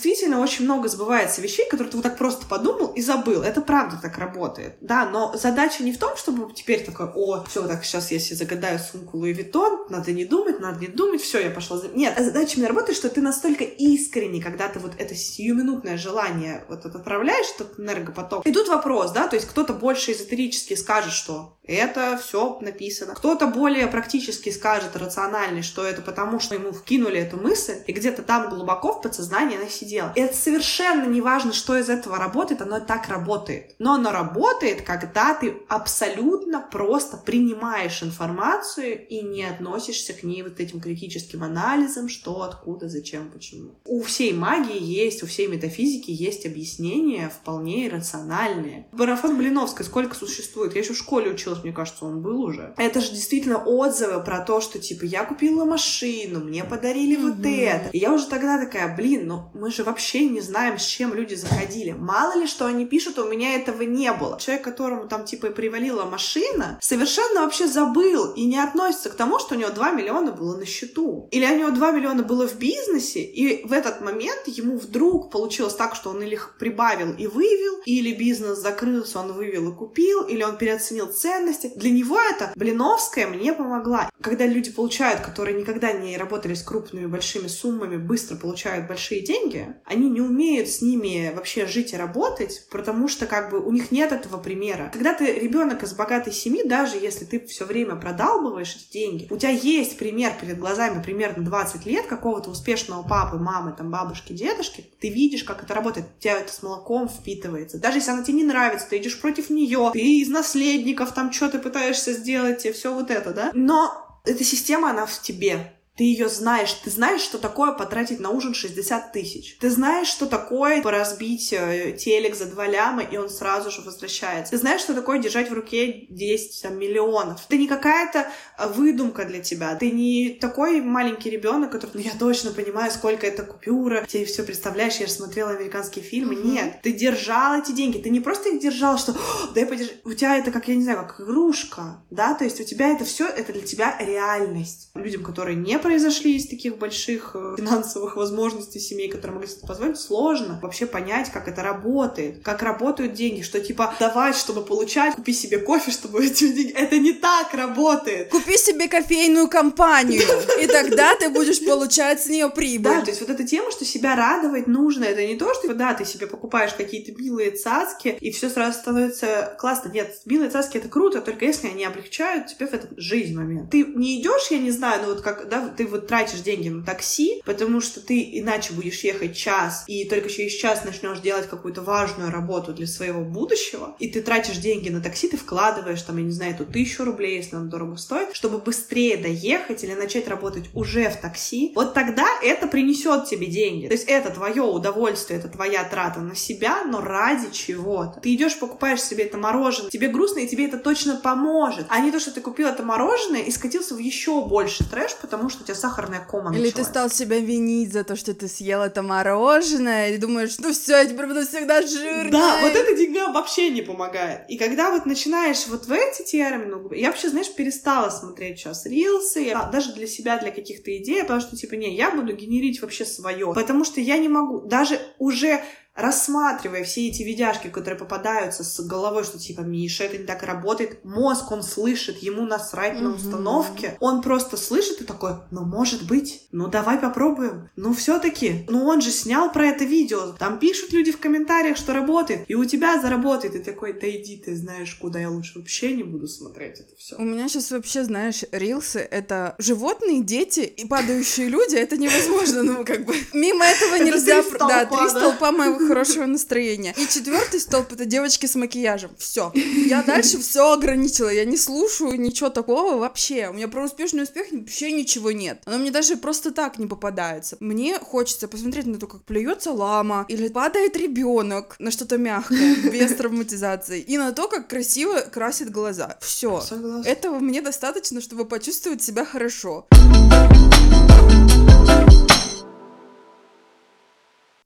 действительно очень много сбывается вещей, которые ты вот так просто подумал и забыл. Это правда так работает. Да, но задача не в том, чтобы теперь такой, все, так, сейчас я себе загадаю сумку Луи Виттон, надо не думать, все, я пошла. Нет, задача именно работает, что ты настолько искренне, когда ты вот это сиюминутное желание вот отправляешь, этот энергопоток. И тут вопрос, да, то есть кто-то больше эзотерически скажет, что это все написано. Кто-то более практически скажет, рациональный, что это потому, что ему вкинули эту мысль, и где-то там глубоко в подсознании она сидела. И это совершенно не важно, что из этого работает, оно так работает. Но оно работает, когда ты абсолютно просто принимаешь информацию и не относишься к ней вот этим критическим анализом, что, откуда, зачем, почему. У всей магии есть, у всей метафизики есть объяснения вполне иррациональные. Марафон Блиновской сколько существует? Я еще в школе училась, мне кажется, он был уже. Это же действительно отзывы про то, что, типа, я купила машину, мне подарили вот это. И я уже тогда такая, ну мы же вообще не знаем, с чем люди заходили. Мало ли, что они пишут, у меня этого не было. Человек, которому там, типа, привалила машина, совершенно вообще забыл и не относится к тому, что у него 2 миллиона было на счету. Или у него 2 миллиона было в бизнесе, и в этот момент ему вдруг получилось так, что он или их прибавил и вывел, или бизнес закрылся, он вывел и купил, или он переоценил ценности. Для него это Блиновская мне помогла. Когда люди получают, которые никогда не работали с крупными большими суммами, быстро получают большие деньги, они не умеют с ними вообще жить и работать, потому что как бы у них нет этого примера. Когда ты ребенок из богатой семьи, даже если ты все время продалбываешь эти деньги, у тебя есть пример перед глазами примерно 20 лет какого-то успешного папы, мамы, там, бабушки, дедушки, ты видишь, как это работает, у тебя это с молоком впитывается. Даже если она тебе не нравится, ты идешь против нее, ты из наследников там что-то пытаешься сделать, и все вот это, да? Но эта система, она в тебе. Ты ее знаешь. Ты знаешь, что такое потратить на ужин 60 тысяч. Ты знаешь, что такое поразбить телек за 2 ляма, и он сразу же возвращается. Ты знаешь, что такое держать в руке 10 миллионов. Это не какая-то выдумка для тебя. Ты не такой маленький ребенок, который, я точно понимаю, сколько это купюра. Ты все представляешь, я же смотрела американские фильмы. Нет. Ты держал эти деньги. Ты не просто их держал, что дай подержи. У тебя это, как, я не знаю, как игрушка. Да? То есть у тебя это все, это для тебя реальность. Людям, которые не произошли из таких больших финансовых возможностей семей, которые могли себе позволить, сложно вообще понять, как это работает, как работают деньги, что типа давать, чтобы получать, купи себе кофе, чтобы эти деньги... Это не так работает. Купи себе кофейную компанию, и тогда ты будешь получать с нее прибыль. Да, то есть вот эта тема, что себя радовать нужно, это не то, что да, ты себе покупаешь какие-то милые цацки, и все сразу становится классно. Нет, милые цацки — это круто, только если они облегчают тебе в этот жизнь момент. Ты не идешь, я не знаю, ну вот как, да, ты вот тратишь деньги на такси, потому что ты иначе будешь ехать час, и только через час начнешь делать какую-то важную работу для своего будущего, и ты тратишь деньги на такси, ты вкладываешь там, я не знаю, эту 1000 рублей, если она дорого стоит, чтобы быстрее доехать или начать работать уже в такси. Вот тогда это принесет тебе деньги. То есть это твое удовольствие, это твоя трата на себя, но ради чего-то. Ты идешь, покупаешь себе это мороженое, тебе грустно, и тебе это точно поможет. А не то, что ты купил это мороженое и скатился в еще больше трэш, потому что у тебя сахарная кома началась. Или ты стал себя винить за то, что ты съел это мороженое, и думаешь, ну все, я теперь буду всегда жирной. Да, вот это деньгам вообще не помогает. И когда вот начинаешь вот в эти термины, я вообще, знаешь, перестала смотреть сейчас рилсы, даже для себя, для каких-то идей, потому что, типа, не, я буду генерить вообще свое, потому что я не могу, даже уже рассматривая все эти видяшки, которые попадаются с головой, что типа, Миша, это не так работает, мозг, он слышит, ему насрать на установке, он просто слышит и такой, ну, может быть, ну, давай попробуем, ну, все-таки, ну, он же снял про это видео, там пишут люди в комментариях, что работает, и у тебя заработает, и такой, да иди ты знаешь, куда, я лучше вообще не буду смотреть это все. У меня сейчас вообще, знаешь, рилсы — это животные, дети и падающие люди, это невозможно, ну, как бы, мимо этого нельзя... Да, 3 столпа моего хорошего настроения. И 4-й столб — это девочки с макияжем. Все. Я дальше все ограничила. Я не слушаю ничего такого вообще. У меня про успешный успех вообще ничего нет. Оно мне даже просто так не попадается. Мне хочется посмотреть на то, как плюется лама, или падает ребенок на что-то мягкое, без травматизации, и на то, как красиво красит глаза. Все. Этого мне достаточно, чтобы почувствовать себя хорошо.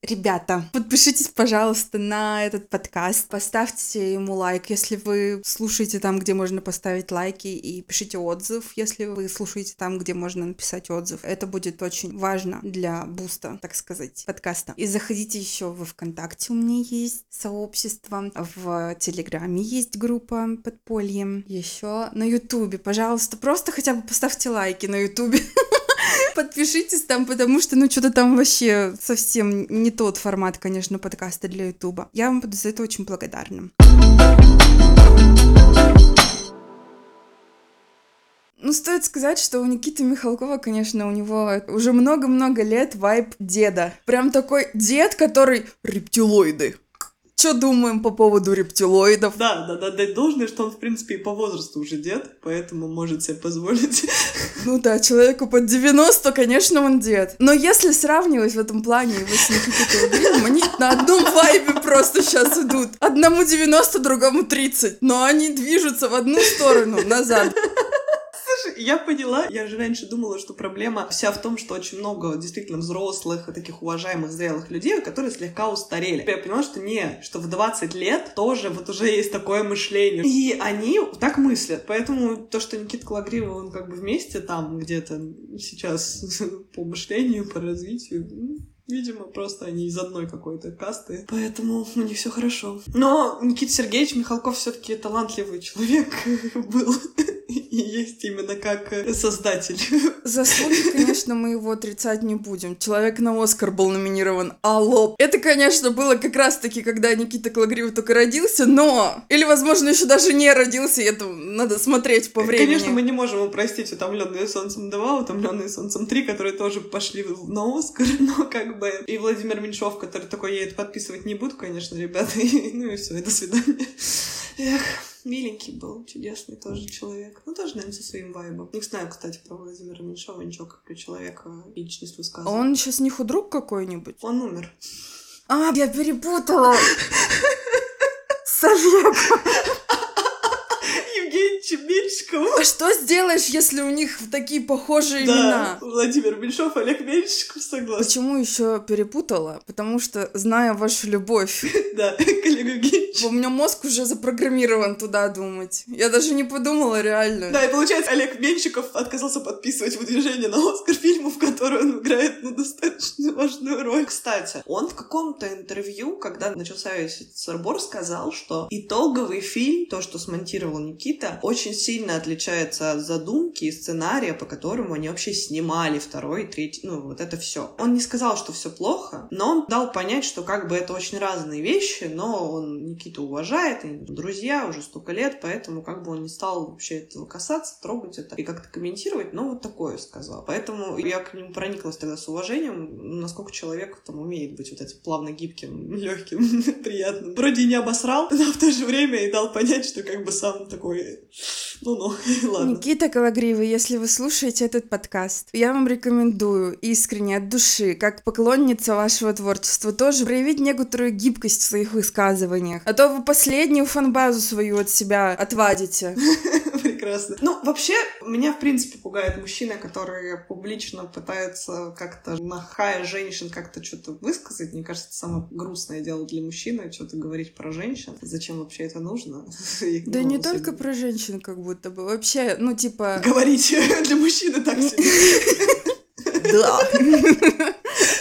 Ребята, подпишитесь, пожалуйста, на этот подкаст, поставьте ему лайк, если вы слушаете там, где можно поставить лайки, и пишите отзыв, если вы слушаете там, где можно написать отзыв. Это будет очень важно для буста, так сказать, подкаста. И заходите еще во ВКонтакте, у меня есть сообщество, в Телеграме есть группа Подполье, еще на Ютубе, пожалуйста, просто хотя бы поставьте лайки на Ютубе. Подпишитесь там, потому что, что-то там вообще совсем не тот формат, конечно, подкаста для Ютуба. Я вам буду за это очень благодарна. Стоит сказать, что у Никиты Михалкова, конечно, у него уже много-много лет вайб деда. Прям такой дед, который рептилоиды. Что думаем по поводу рептилоидов? Да, дать должное, что он, в принципе, и по возрасту уже дед, поэтому может себе позволить. Человеку под 90, конечно, он дед. Но если сравнивать в этом плане его с Никитой Кологривым, они на одном вайбе просто сейчас идут. Одному 90, другому 30, но они движутся в одну сторону, назад. Я поняла. Я же раньше думала, что проблема вся в том, что очень много действительно взрослых, таких уважаемых, зрелых людей, которые слегка устарели. Я поняла, что в 20 лет тоже вот уже есть такое мышление. И они так мыслят. Поэтому то, что Никита Кологривый, он как бы вместе там где-то сейчас по мышлению, по развитию, видимо, просто они из одной какой-то касты, поэтому у них все хорошо. Но Никита Сергеевич Михалков все-таки талантливый человек был. И есть именно как создатель. Заслуги, конечно, мы его отрицать не будем. Человек на Оскар был номинирован. Алло. Это, конечно, было как раз-таки, когда Никита Кологривый только родился, но... Или, возможно, еще даже не родился, и это надо смотреть по времени. Конечно, мы не можем упростить «Утомленные солнцем 2», «Утомленные солнцем 3», которые тоже пошли на Оскар, но как бы... И Владимир Меньшов, который такой: я это подписывать не буду, конечно, ребята. И все, и до свидания. Эх. Миленький был, чудесный тоже человек. Тоже, наверное, со своим вайбом. Не знаю, кстати, про Владимира Меньшова ничего, как про человека личность высказывает. Он сейчас не худрук какой-нибудь? Он умер. Я перепутала. С Олегом. Меньшиков. А что сделаешь, если у них такие похожие имена? Владимир Меньшов, Олег Меньшиков, согласна. Почему еще перепутала? Потому что, зная вашу любовь, да, к Олегу Генчику, у меня мозг уже запрограммирован туда думать. Я даже не подумала реально. Да, и получается, Олег Меньшиков отказался подписывать выдвижение на Оскар фильму, в котором он играет достаточно важную роль. Кстати, он в каком-то интервью, когда начался весь сырбор, сказал, что итоговый фильм, то, что смонтировал Никита, очень сильно отличается от задумки и сценария, по которому они вообще снимали второй, третий, вот это все. Он не сказал, что все плохо, но он дал понять, что как бы это очень разные вещи, но он Никиту уважает, они друзья уже столько лет, поэтому как бы он не стал вообще этого касаться, трогать это и как-то комментировать, но вот такое сказал. Поэтому я к нему прониклась тогда с уважением, насколько человек там умеет быть вот этим плавно гибким, легким, приятным. Вроде не обосрал, но в то же время и дал понять, что как бы сам такой... ладно. Никита Кологривый, если вы слушаете этот подкаст, я вам рекомендую искренне, от души, как поклонница вашего творчества, тоже проявить некоторую гибкость в своих высказываниях. А то вы последнюю фан-базу свою от себя отвадите. Прекрасно. Вообще, меня, в принципе, пугают мужчины, которые публично пытаются как-то, нахая женщин, как-то что-то высказать. Мне кажется, это самое грустное дело для мужчины, что-то говорить про женщин. Зачем вообще это нужно? Да не только про женщин, как будто бы. Вообще, Говорить для мужчины так себе. Да.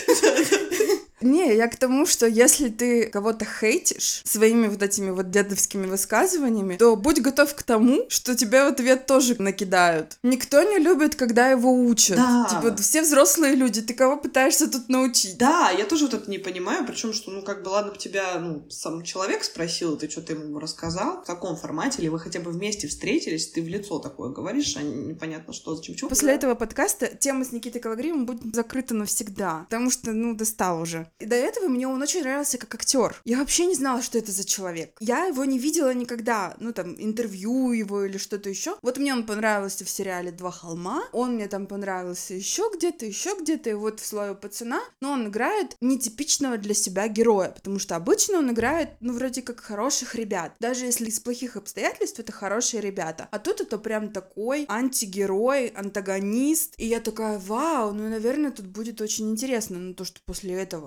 Не, я к тому, что если ты кого-то хейтишь своими вот этими вот дедовскими высказываниями, то будь готов к тому, что тебя в ответ тоже накидают. Никто не любит, когда его учат. Да. Все взрослые люди, ты кого пытаешься тут научить? Да, я тоже вот это не понимаю, причем что, ладно бы тебя, сам человек спросил, ты что-то ему рассказал, в каком формате, или вы хотя бы вместе встретились, ты в лицо такое говоришь, а непонятно что, зачем, чего. После этого подкаста тема с Никитой Кологривым будет закрыта навсегда, потому что, достал уже. И до этого мне он очень нравился как актер. Я вообще не знала, что это за человек. Я его не видела никогда, интервью его или что-то еще. Вот мне он понравился в сериале «Два холма», он мне там понравился еще где-то, и вот в «Слое пацана», но он играет нетипичного для себя героя, потому что обычно он играет, вроде как хороших ребят. Даже если из плохих обстоятельств, это хорошие ребята. А тут это прям такой антигерой, антагонист. И я такая: вау, наверное, тут будет очень интересно, то, что после этого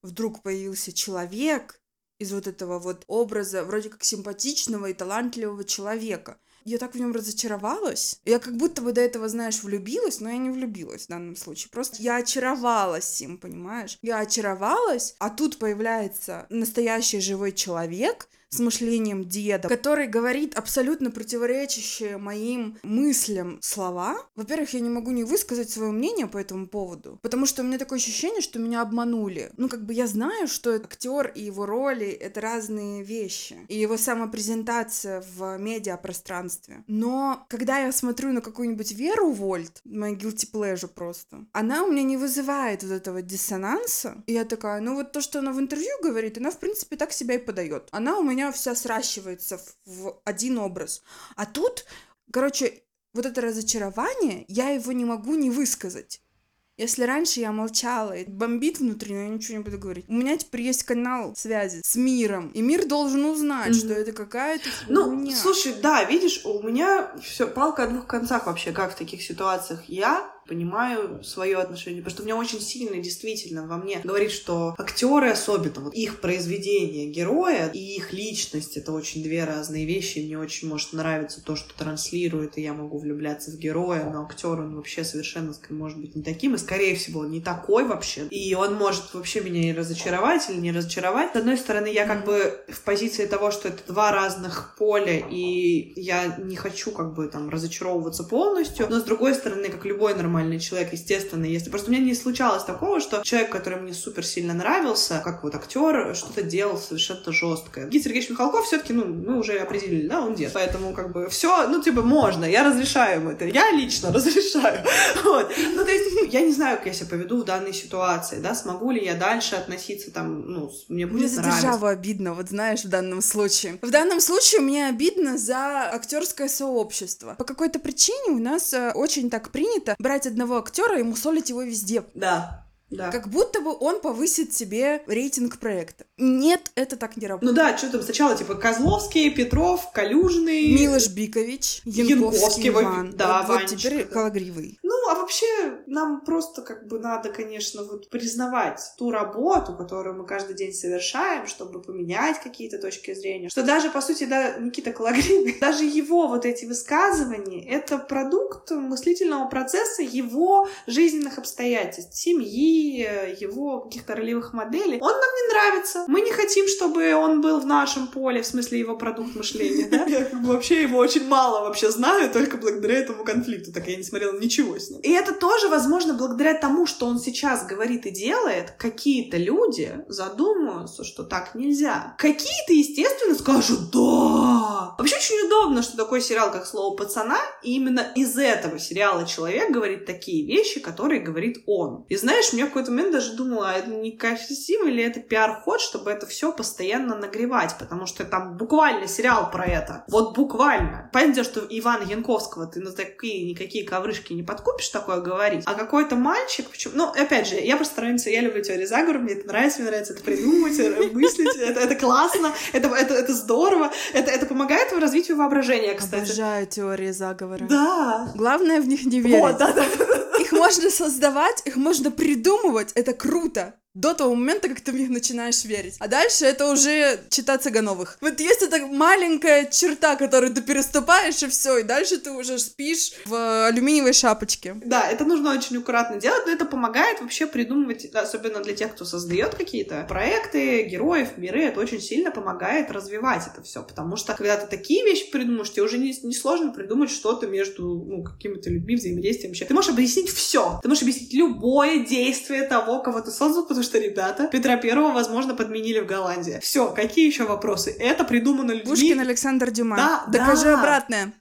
вдруг появился человек из вот этого вот образа вроде как симпатичного и талантливого человека. Я так в нем разочаровалась. Я как будто бы до этого, знаешь, влюбилась, но я не влюбилась в данном случае. Просто я очаровалась им, понимаешь? Я очаровалась, а тут появляется настоящий живой человек с мышлением деда, который говорит абсолютно противоречащие моим мыслям слова. Во-первых, я не могу не высказать свое мнение по этому поводу, потому что у меня такое ощущение, что меня обманули. Ну, как бы я знаю, что актер и его роли — это разные вещи, и его самопрезентация в медиапространстве. Но когда я смотрю на какую-нибудь Веру Вольт, моя guilty pleasure просто, она у меня не вызывает вот этого диссонанса, и я такая, ну вот то, что она в интервью говорит, она, в принципе, так себя и подает. Она у меня вся сращивается в один образ. А тут, короче, вот это разочарование, я его не могу не высказать. Если раньше я молчала и бомбит внутри, но я ничего не буду говорить. У меня теперь есть канал связи с миром, и мир должен узнать, что это какая-то фигня. Ну, слушай, да, видишь, у меня все палка о двух концах вообще, как в таких ситуациях я понимаю свое отношение, потому что у меня очень сильно действительно во мне говорит, что актеры, особенно вот их произведение героя и их личность — это очень две разные вещи. Мне очень может нравиться то, что транслирует, и я могу влюбляться в героя, но актер, он вообще совершенно, может быть, не таким, и, скорее всего, не такой вообще. И он может вообще меня и разочаровать или не разочаровать. С одной стороны, я как бы в позиции того, что это два разных поля, и я не хочу как бы там разочаровываться полностью, но с другой стороны, как любой нормальный человек, естественно, если... Просто у меня не случалось такого, что человек, который мне супер сильно нравился, как вот актер, что-то делал совершенно жесткое. Георгий Сергеевич Михалков все-таки, ну, мы уже определили, да, он дед. Поэтому как бы все, ну, типа, можно, я разрешаю это. Я лично разрешаю. Вот. Ну, то есть, я не знаю, как я себя поведу в данной ситуации, да, смогу ли я дальше относиться там, ну, мне будет нравиться. Мне за державу обидно, вот знаешь, в данном случае. В данном случае мне обидно за актерское сообщество. По какой-то причине у нас очень так принято брать одного актера и мусолить его везде. Да. Да. Как будто бы он повысит себе рейтинг проекта. Нет, это так не работает. Ну да, что там сначала, типа, Козловский, Петров, Калюжный... Милош Бикович, Янковский Иван. Да, вот теперь Кологривый. Ну, а вообще, нам просто как бы надо, конечно, вот признавать ту работу, которую мы каждый день совершаем, чтобы поменять какие-то точки зрения. Что даже, по сути, да, Никита Кологривый, даже его вот эти высказывания — это продукт мыслительного процесса его жизненных обстоятельств, семьи, его каких-то ролевых моделей. Он нам не нравится. Мы не хотим, чтобы он был в нашем поле, в смысле его продукт мышления, да? Я как бы вообще его очень мало вообще знаю, только благодаря этому конфликту. Так я не смотрела ничего с ним. И это тоже, возможно, благодаря тому, что он сейчас говорит и делает, какие-то люди задумаются, что так нельзя. Какие-то, естественно, скажут «да». Вообще очень удобно, что такой сериал, как «Слово пацана», и именно из этого сериала человек говорит такие вещи, которые говорит он. И знаешь, мне в какой-то момент даже думала, а это не красиво или это пиар-ход, чтобы это все постоянно нагревать, потому что там буквально сериал про это. Вот буквально. Понятно, что Ивана Янковского ты на такие никакие коврышки не подкупишь такое говорить, а какой-то мальчик, почему... Ну, опять же, я просто я люблю теории заговора, мне это нравится это придумывать, мыслить, это классно, это здорово, это помогает в развитию воображения, кстати. Обожаю теории заговора. Да. Главное в них не верить. Вот, да. Их можно создавать, их можно придумывать, это круто. До того момента, как ты в них начинаешь верить. А дальше это уже чита Цыгановых. Вот есть эта маленькая черта, которую ты переступаешь, и все, и дальше ты уже спишь в алюминиевой шапочке. Да, это нужно очень аккуратно делать, но это помогает вообще придумывать, особенно для тех, кто создает какие-то проекты, героев, миры, это очень сильно помогает развивать это все, потому что когда ты такие вещи придумаешь, тебе уже не сложно придумать что-то между какими-то людьми, взаимодействием вообще. Ты можешь объяснить все, ты можешь объяснить любое действие того, кого ты создал, потому что, ребята, Петра Первого, возможно, подменили в Голландии. Все, какие еще вопросы? Это придумано людьми. Пушкин, Александр Дюма. Да, докажи да. обратное.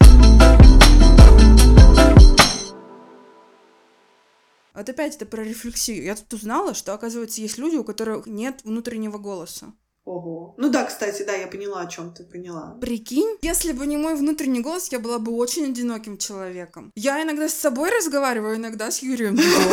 Вот опять это про рефлексию. Я тут узнала, что, оказывается, есть люди, у которых нет внутреннего голоса. Ого. Ну да, кстати, да, я поняла, о чем ты поняла. Прикинь, если бы не мой внутренний голос, я была бы очень одиноким человеком. Я иногда с собой разговариваю, иногда с Юрием Дудем.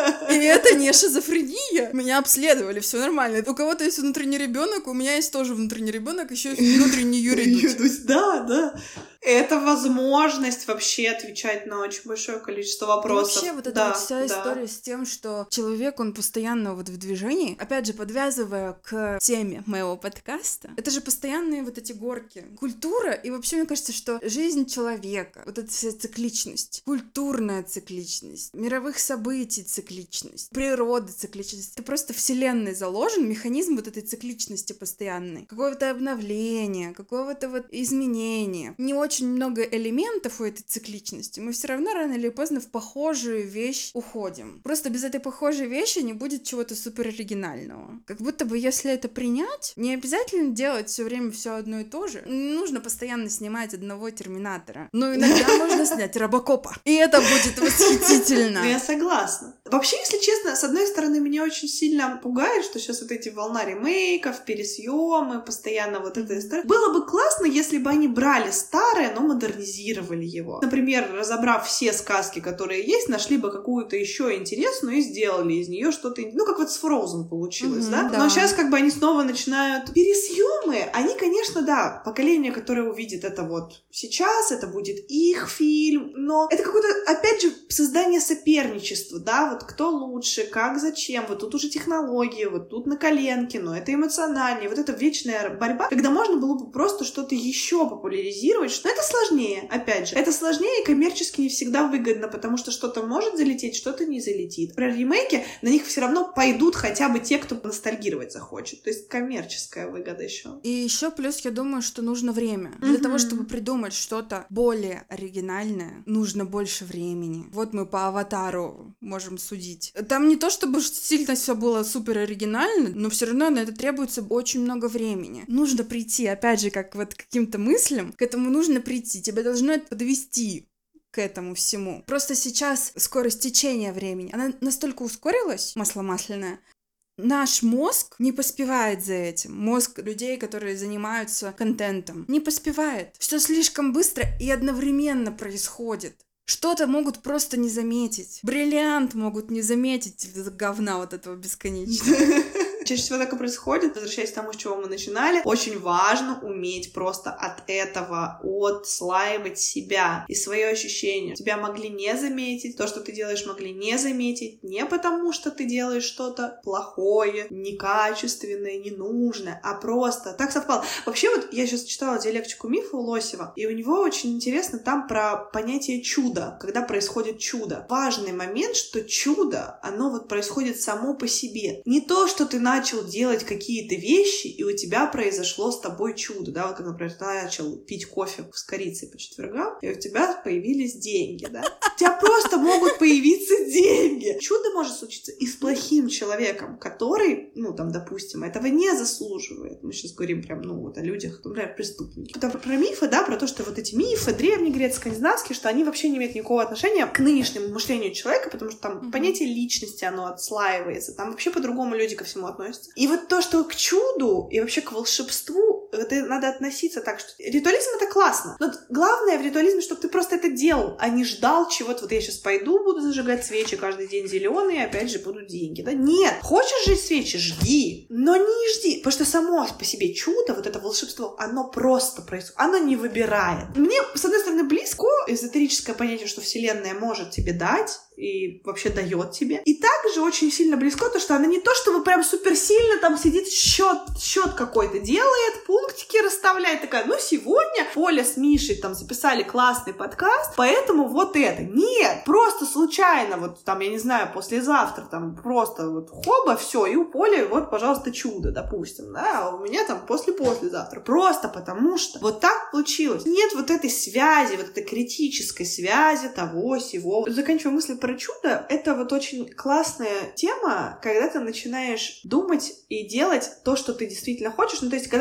И это не шизофрения. Меня обследовали, все нормально. У кого-то есть внутренний ребенок, у меня есть тоже внутренний ребенок, еще есть внутренний Юрий Дудь. Да. Это возможность вообще отвечать на очень большое количество вопросов. И вообще вот эта вот вся история с тем, что человек, он постоянно вот в движении, опять же, подвязывая к теме моего подкаста, это же постоянные вот эти горки. Культура, и вообще мне кажется, что жизнь человека, вот эта вся цикличность, культурная цикличность, мировых событий цикличность, природы цикличность, это просто вселенной заложен механизм вот этой цикличности постоянной, какого-то обновления, какого-то вот изменения. Не очень много элементов у этой цикличности, мы все равно рано или поздно в похожую вещь уходим. Просто без этой похожей вещи не будет чего-то супер оригинального. Как будто бы, если это принять, не обязательно делать все время все одно и то же. Не нужно постоянно снимать одного Терминатора. Но иногда можно снять Робокопа. И это будет восхитительно. Я согласна. Вообще, если честно, с одной стороны, меня очень сильно пугает, что сейчас вот эти волна ремейков, пересъемы, постоянно вот эта история. Было бы классно, если бы они брали старое, но модернизировали его. Например, разобрав все сказки, которые есть, нашли бы какую-то еще интересную и сделали из нее что-то, ну, как вот с Frozen получилось, да? Но сейчас как бы они снова начинают пересъемы. Они, конечно, да, поколение, которое увидит это вот сейчас, это будет их фильм, но это какое-то, опять же, создание соперничества, да, вот кто лучше, как, зачем, вот тут уже технологии, вот тут на коленке, но это эмоциональнее, вот это вечная борьба, когда можно было бы просто что-то еще популяризировать, что это сложнее, опять же, это сложнее и коммерчески не всегда выгодно, потому что что-то может залететь, что-то не залетит. Про ремейки на них все равно пойдут хотя бы те, кто ностальгировать захочет, то есть коммерческая выгода еще. И еще плюс я думаю, что нужно время. Для того, чтобы придумать что-то более оригинальное, нужно больше времени. Вот мы по Аватару можем судить. Там не то, чтобы сильно все было супер оригинально, но все равно на это требуется очень много времени. Нужно прийти, опять же, как вот к каким-то мыслям, к этому нужно прийти. Тебя должно это подвести к этому всему. Просто сейчас скорость течения времени, она настолько ускорилась, масло масляное, наш мозг не поспевает за этим. Мозг людей, которые занимаются контентом, не поспевает. Все слишком быстро и одновременно происходит. Что-то могут просто не заметить. Бриллиант могут не заметить говна вот этого бесконечного. Чаще всего так и происходит. Возвращаясь к тому, с чего мы начинали, очень важно уметь просто от этого отслаивать себя и свои ощущения. Тебя могли не заметить, то, что ты делаешь, могли не заметить, не потому, что ты делаешь что-то плохое, некачественное, ненужное, а просто так совпало. Вообще, вот я сейчас читала диалектику мифа у Лосева, и у него очень интересно там про понятие чуда, когда происходит чудо. Важный момент, что чудо, оно вот происходит само по себе. Не то, что ты начал делать какие-то вещи, и у тебя произошло с тобой чудо, да, вот как, например, ты начал пить кофе с корицей по четвергам, и у тебя появились деньги, да. У тебя просто могут появиться деньги. Чудо может случиться и с плохим человеком, который, ну, там, допустим, этого не заслуживает. Мы сейчас говорим прям, ну, вот о людях, например, преступники. Это про мифы, да, про то, что вот эти мифы, древнегрецкие, скандинавские, что они вообще не имеют никакого отношения к нынешнему мышлению человека, потому что там понятие личности, оно отслаивается, там вообще по-другому люди ко всему относятся. И вот то, что к чуду и вообще к волшебству, это надо относиться так, что ритуализм — это классно, но главное в ритуализме, чтобы ты просто это делал, а не ждал чего-то. Вот я сейчас пойду, буду зажигать свечи каждый день зеленые, и опять же будут деньги, да? Нет! Хочешь жечь свечи — жги, но не жди, потому что само по себе чудо, вот это волшебство, оно просто происходит, оно не выбирает. Мне, с одной стороны, близко эзотерическое понятие, что Вселенная может тебе дать, и вообще дает тебе. И также очень сильно близко то, что она не то, чтобы прям суперсильно там сидит, счет какой-то делает, пунктики расставляет, такая, ну, сегодня Поля с Мишей там записали классный подкаст, поэтому вот это. Нет, просто случайно, вот там, я не знаю, послезавтра там просто вот хоба, все, и у Поли вот, пожалуйста, чудо, допустим, да, а у меня там послезавтра. Просто потому что вот так получилось. Нет вот этой связи, вот этой критической связи того, сего. Заканчиваю мысль про чудо. Это вот очень классная тема, когда ты начинаешь думать и делать то, что ты действительно хочешь. Ну, то есть, когда ты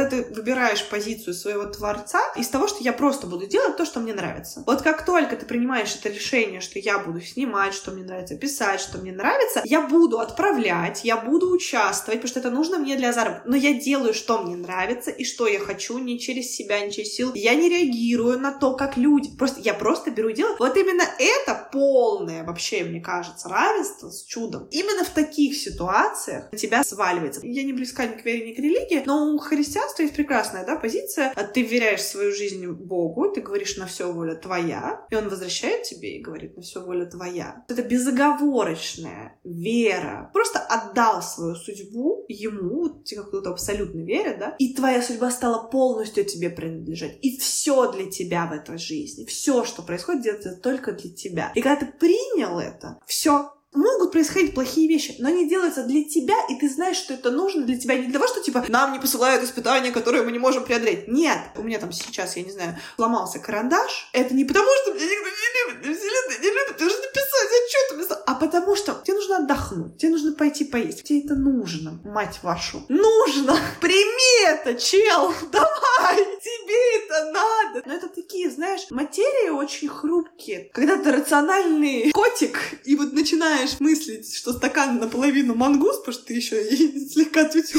выбираешь позицию своего творца из того, что я просто буду делать то, что мне нравится. Вот как только ты принимаешь это решение, что я буду снимать, что мне нравится, писать, что мне нравится, я буду отправлять, я буду участвовать, потому что это нужно мне для заработка. Но я делаю, что мне нравится и что я хочу, не через себя, не через силу. Я не реагирую на то, как люди. Я просто беру и делаю. Вот именно это полное, вообще, мне кажется, равенство с чудом. Именно в таких ситуациях на тебя сваливается. Я не близка ни к вере, ни к религии, но у христианства есть прекрасная, позиция. Ты вверяешь свою жизнь Богу, ты говоришь: на все воля твоя, и Он возвращает тебе и говорит: на все воля твоя. Это безоговорочная вера. Просто отдал свою судьбу Ему, тебе кто-то абсолютно верит, и твоя судьба стала полностью тебе принадлежать. И все для тебя в этой жизни, все, что происходит, делается только для тебя. И когда ты принял это, все. Могут происходить плохие вещи, но они делаются для тебя, и ты знаешь, что это нужно для тебя. Не для того, что, нам не посылают испытания, которые мы не можем преодолеть. Нет. У меня там сейчас, я не знаю, сломался карандаш. Это не потому, что меня никто не любит, вселенная не любит, ты нужно написать отчет, а потому что тебе нужно отдохнуть, тебе нужно пойти поесть. Тебе это нужно, мать вашу. Нужно! Прими это, чел! Давай! Тебе это надо! Но это такие, знаешь, материи очень хрупкие. Когда ты рациональный котик, и вот начинаешь мыслить, что стакан наполовину мангус, потому что ты еще и слегка тютю.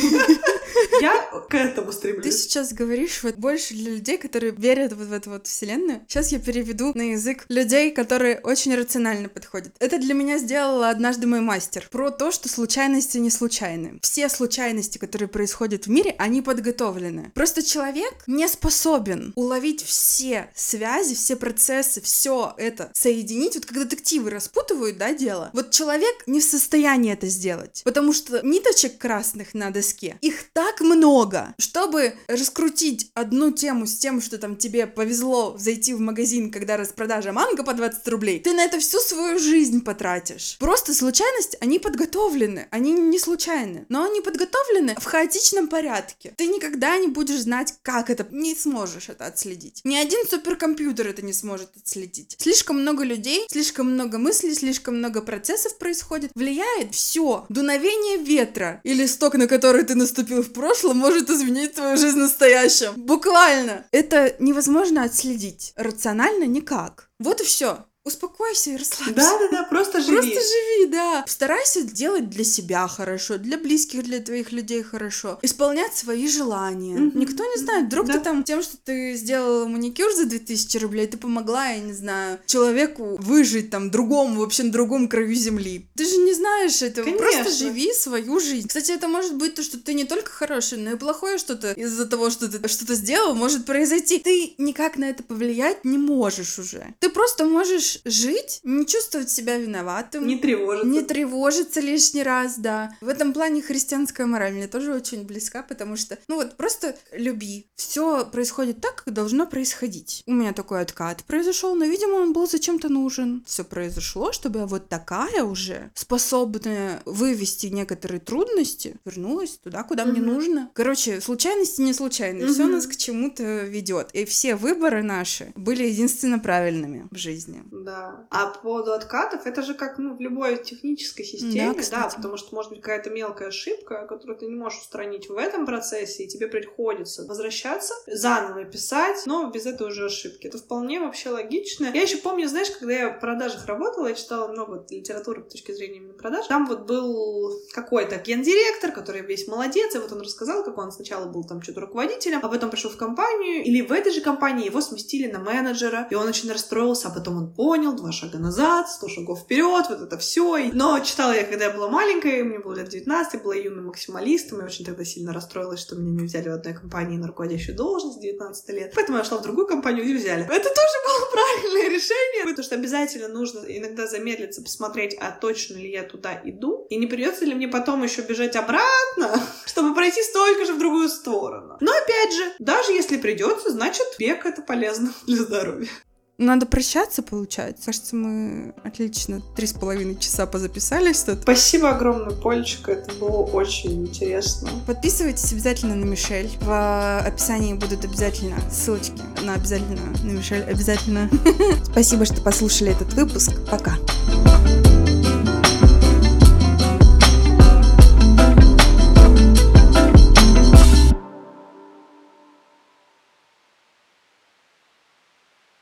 Я к этому стремлюсь. Ты сейчас говоришь больше для людей, которые верят в эту вселенную. Сейчас я переведу на язык людей, которые очень рационально подходят. Это для меня сделала однажды мой мастер. Про то, что случайности не случайны. Все случайности, которые происходят в мире, они подготовлены. Просто человек не способен уловить все связи, все процессы, все это соединить. Вот как детективы распутывают, дело. Вот человек не в состоянии это сделать, потому что ниточек красных на доске, их так много, чтобы раскрутить одну тему с тем, что там тебе повезло зайти в магазин, когда распродажа манго по 20 рублей, ты на это всю свою жизнь потратишь. Просто случайности, они подготовлены, они не случайны, но они подготовлены в хаотичном порядке. Ты никогда не будешь знать, как это, не сможешь это отследить. Ни один суперкомпьютер это не сможет отследить. Слишком много людей, слишком много мыслей, слишком много процессов происходит, влияет все. Дуновение ветра и листок, на который ты наступил в прошлом, может изменить твою жизнь в настоящем. Буквально. Это невозможно отследить. Рационально никак. Вот и все. Успокойся и расслабься. Да, просто живи. Просто живи, да. Старайся делать для себя хорошо, для близких, для твоих людей хорошо. Исполнять свои желания. Никто не знает, вдруг ты там тем, что ты сделала маникюр за 2000 рублей, ты помогла, я не знаю, человеку выжить там другому, вообще на другом краю земли. Ты же не знаешь этого. Конечно. Просто живи свою жизнь. Кстати, это может быть то, что ты не только хороший, но и плохое что-то из-за того, что ты что-то сделал, может произойти. Ты никак на это повлиять не можешь уже. Ты просто можешь жить, не чувствовать себя виноватым. Не тревожиться. Не тревожиться лишний раз, да. В этом плане христианская мораль мне тоже очень близка, потому что, просто люби. Все происходит так, как должно происходить. У меня такой откат произошел, но, видимо, он был зачем-то нужен. Все произошло, чтобы я вот такая уже, способная вывести некоторые трудности, вернулась туда, куда мне нужно. Короче, случайности не случайные. Все нас к чему-то ведет. И все выборы наши были единственно правильными в жизни. Да. А по поводу откатов, это же как, в любой технической системе, потому что может быть какая-то мелкая ошибка, которую ты не можешь устранить в этом процессе, и тебе приходится возвращаться, заново писать, но без этой уже ошибки. Это вполне вообще логично. Я еще помню, знаешь, когда я в продажах работала, я читала много литературы с точки зрения именно продаж, там был какой-то гендиректор, который весь молодец, и вот он рассказал, как он сначала был там что-то руководителем, а потом пришел в компанию, или в этой же компании его сместили на менеджера, и он очень расстроился, а потом он понял, 2 шага назад, 100 шагов вперед, вот это все. Но читала я, когда я была маленькая, мне было лет 19, я была юным максималистом, и очень тогда сильно расстроилась, что меня не взяли в одной компании на руководящую должность 19 лет. Поэтому я шла в другую компанию и взяли. Это тоже было правильное решение, потому что обязательно нужно иногда замедлиться, посмотреть, а точно ли я туда иду, и не придется ли мне потом еще бежать обратно, чтобы пройти столько же в другую сторону. Но опять же, даже если придется, значит, бег — это полезно для здоровья. Надо прощаться, получается. Кажется, мы отлично 3,5 часа позаписались тут. Спасибо огромное, Полечка. Это было очень интересно. Подписывайтесь обязательно на Мишель. В описании будут обязательно ссылочки на Мишель. Обязательно. Спасибо, что послушали этот выпуск. Пока.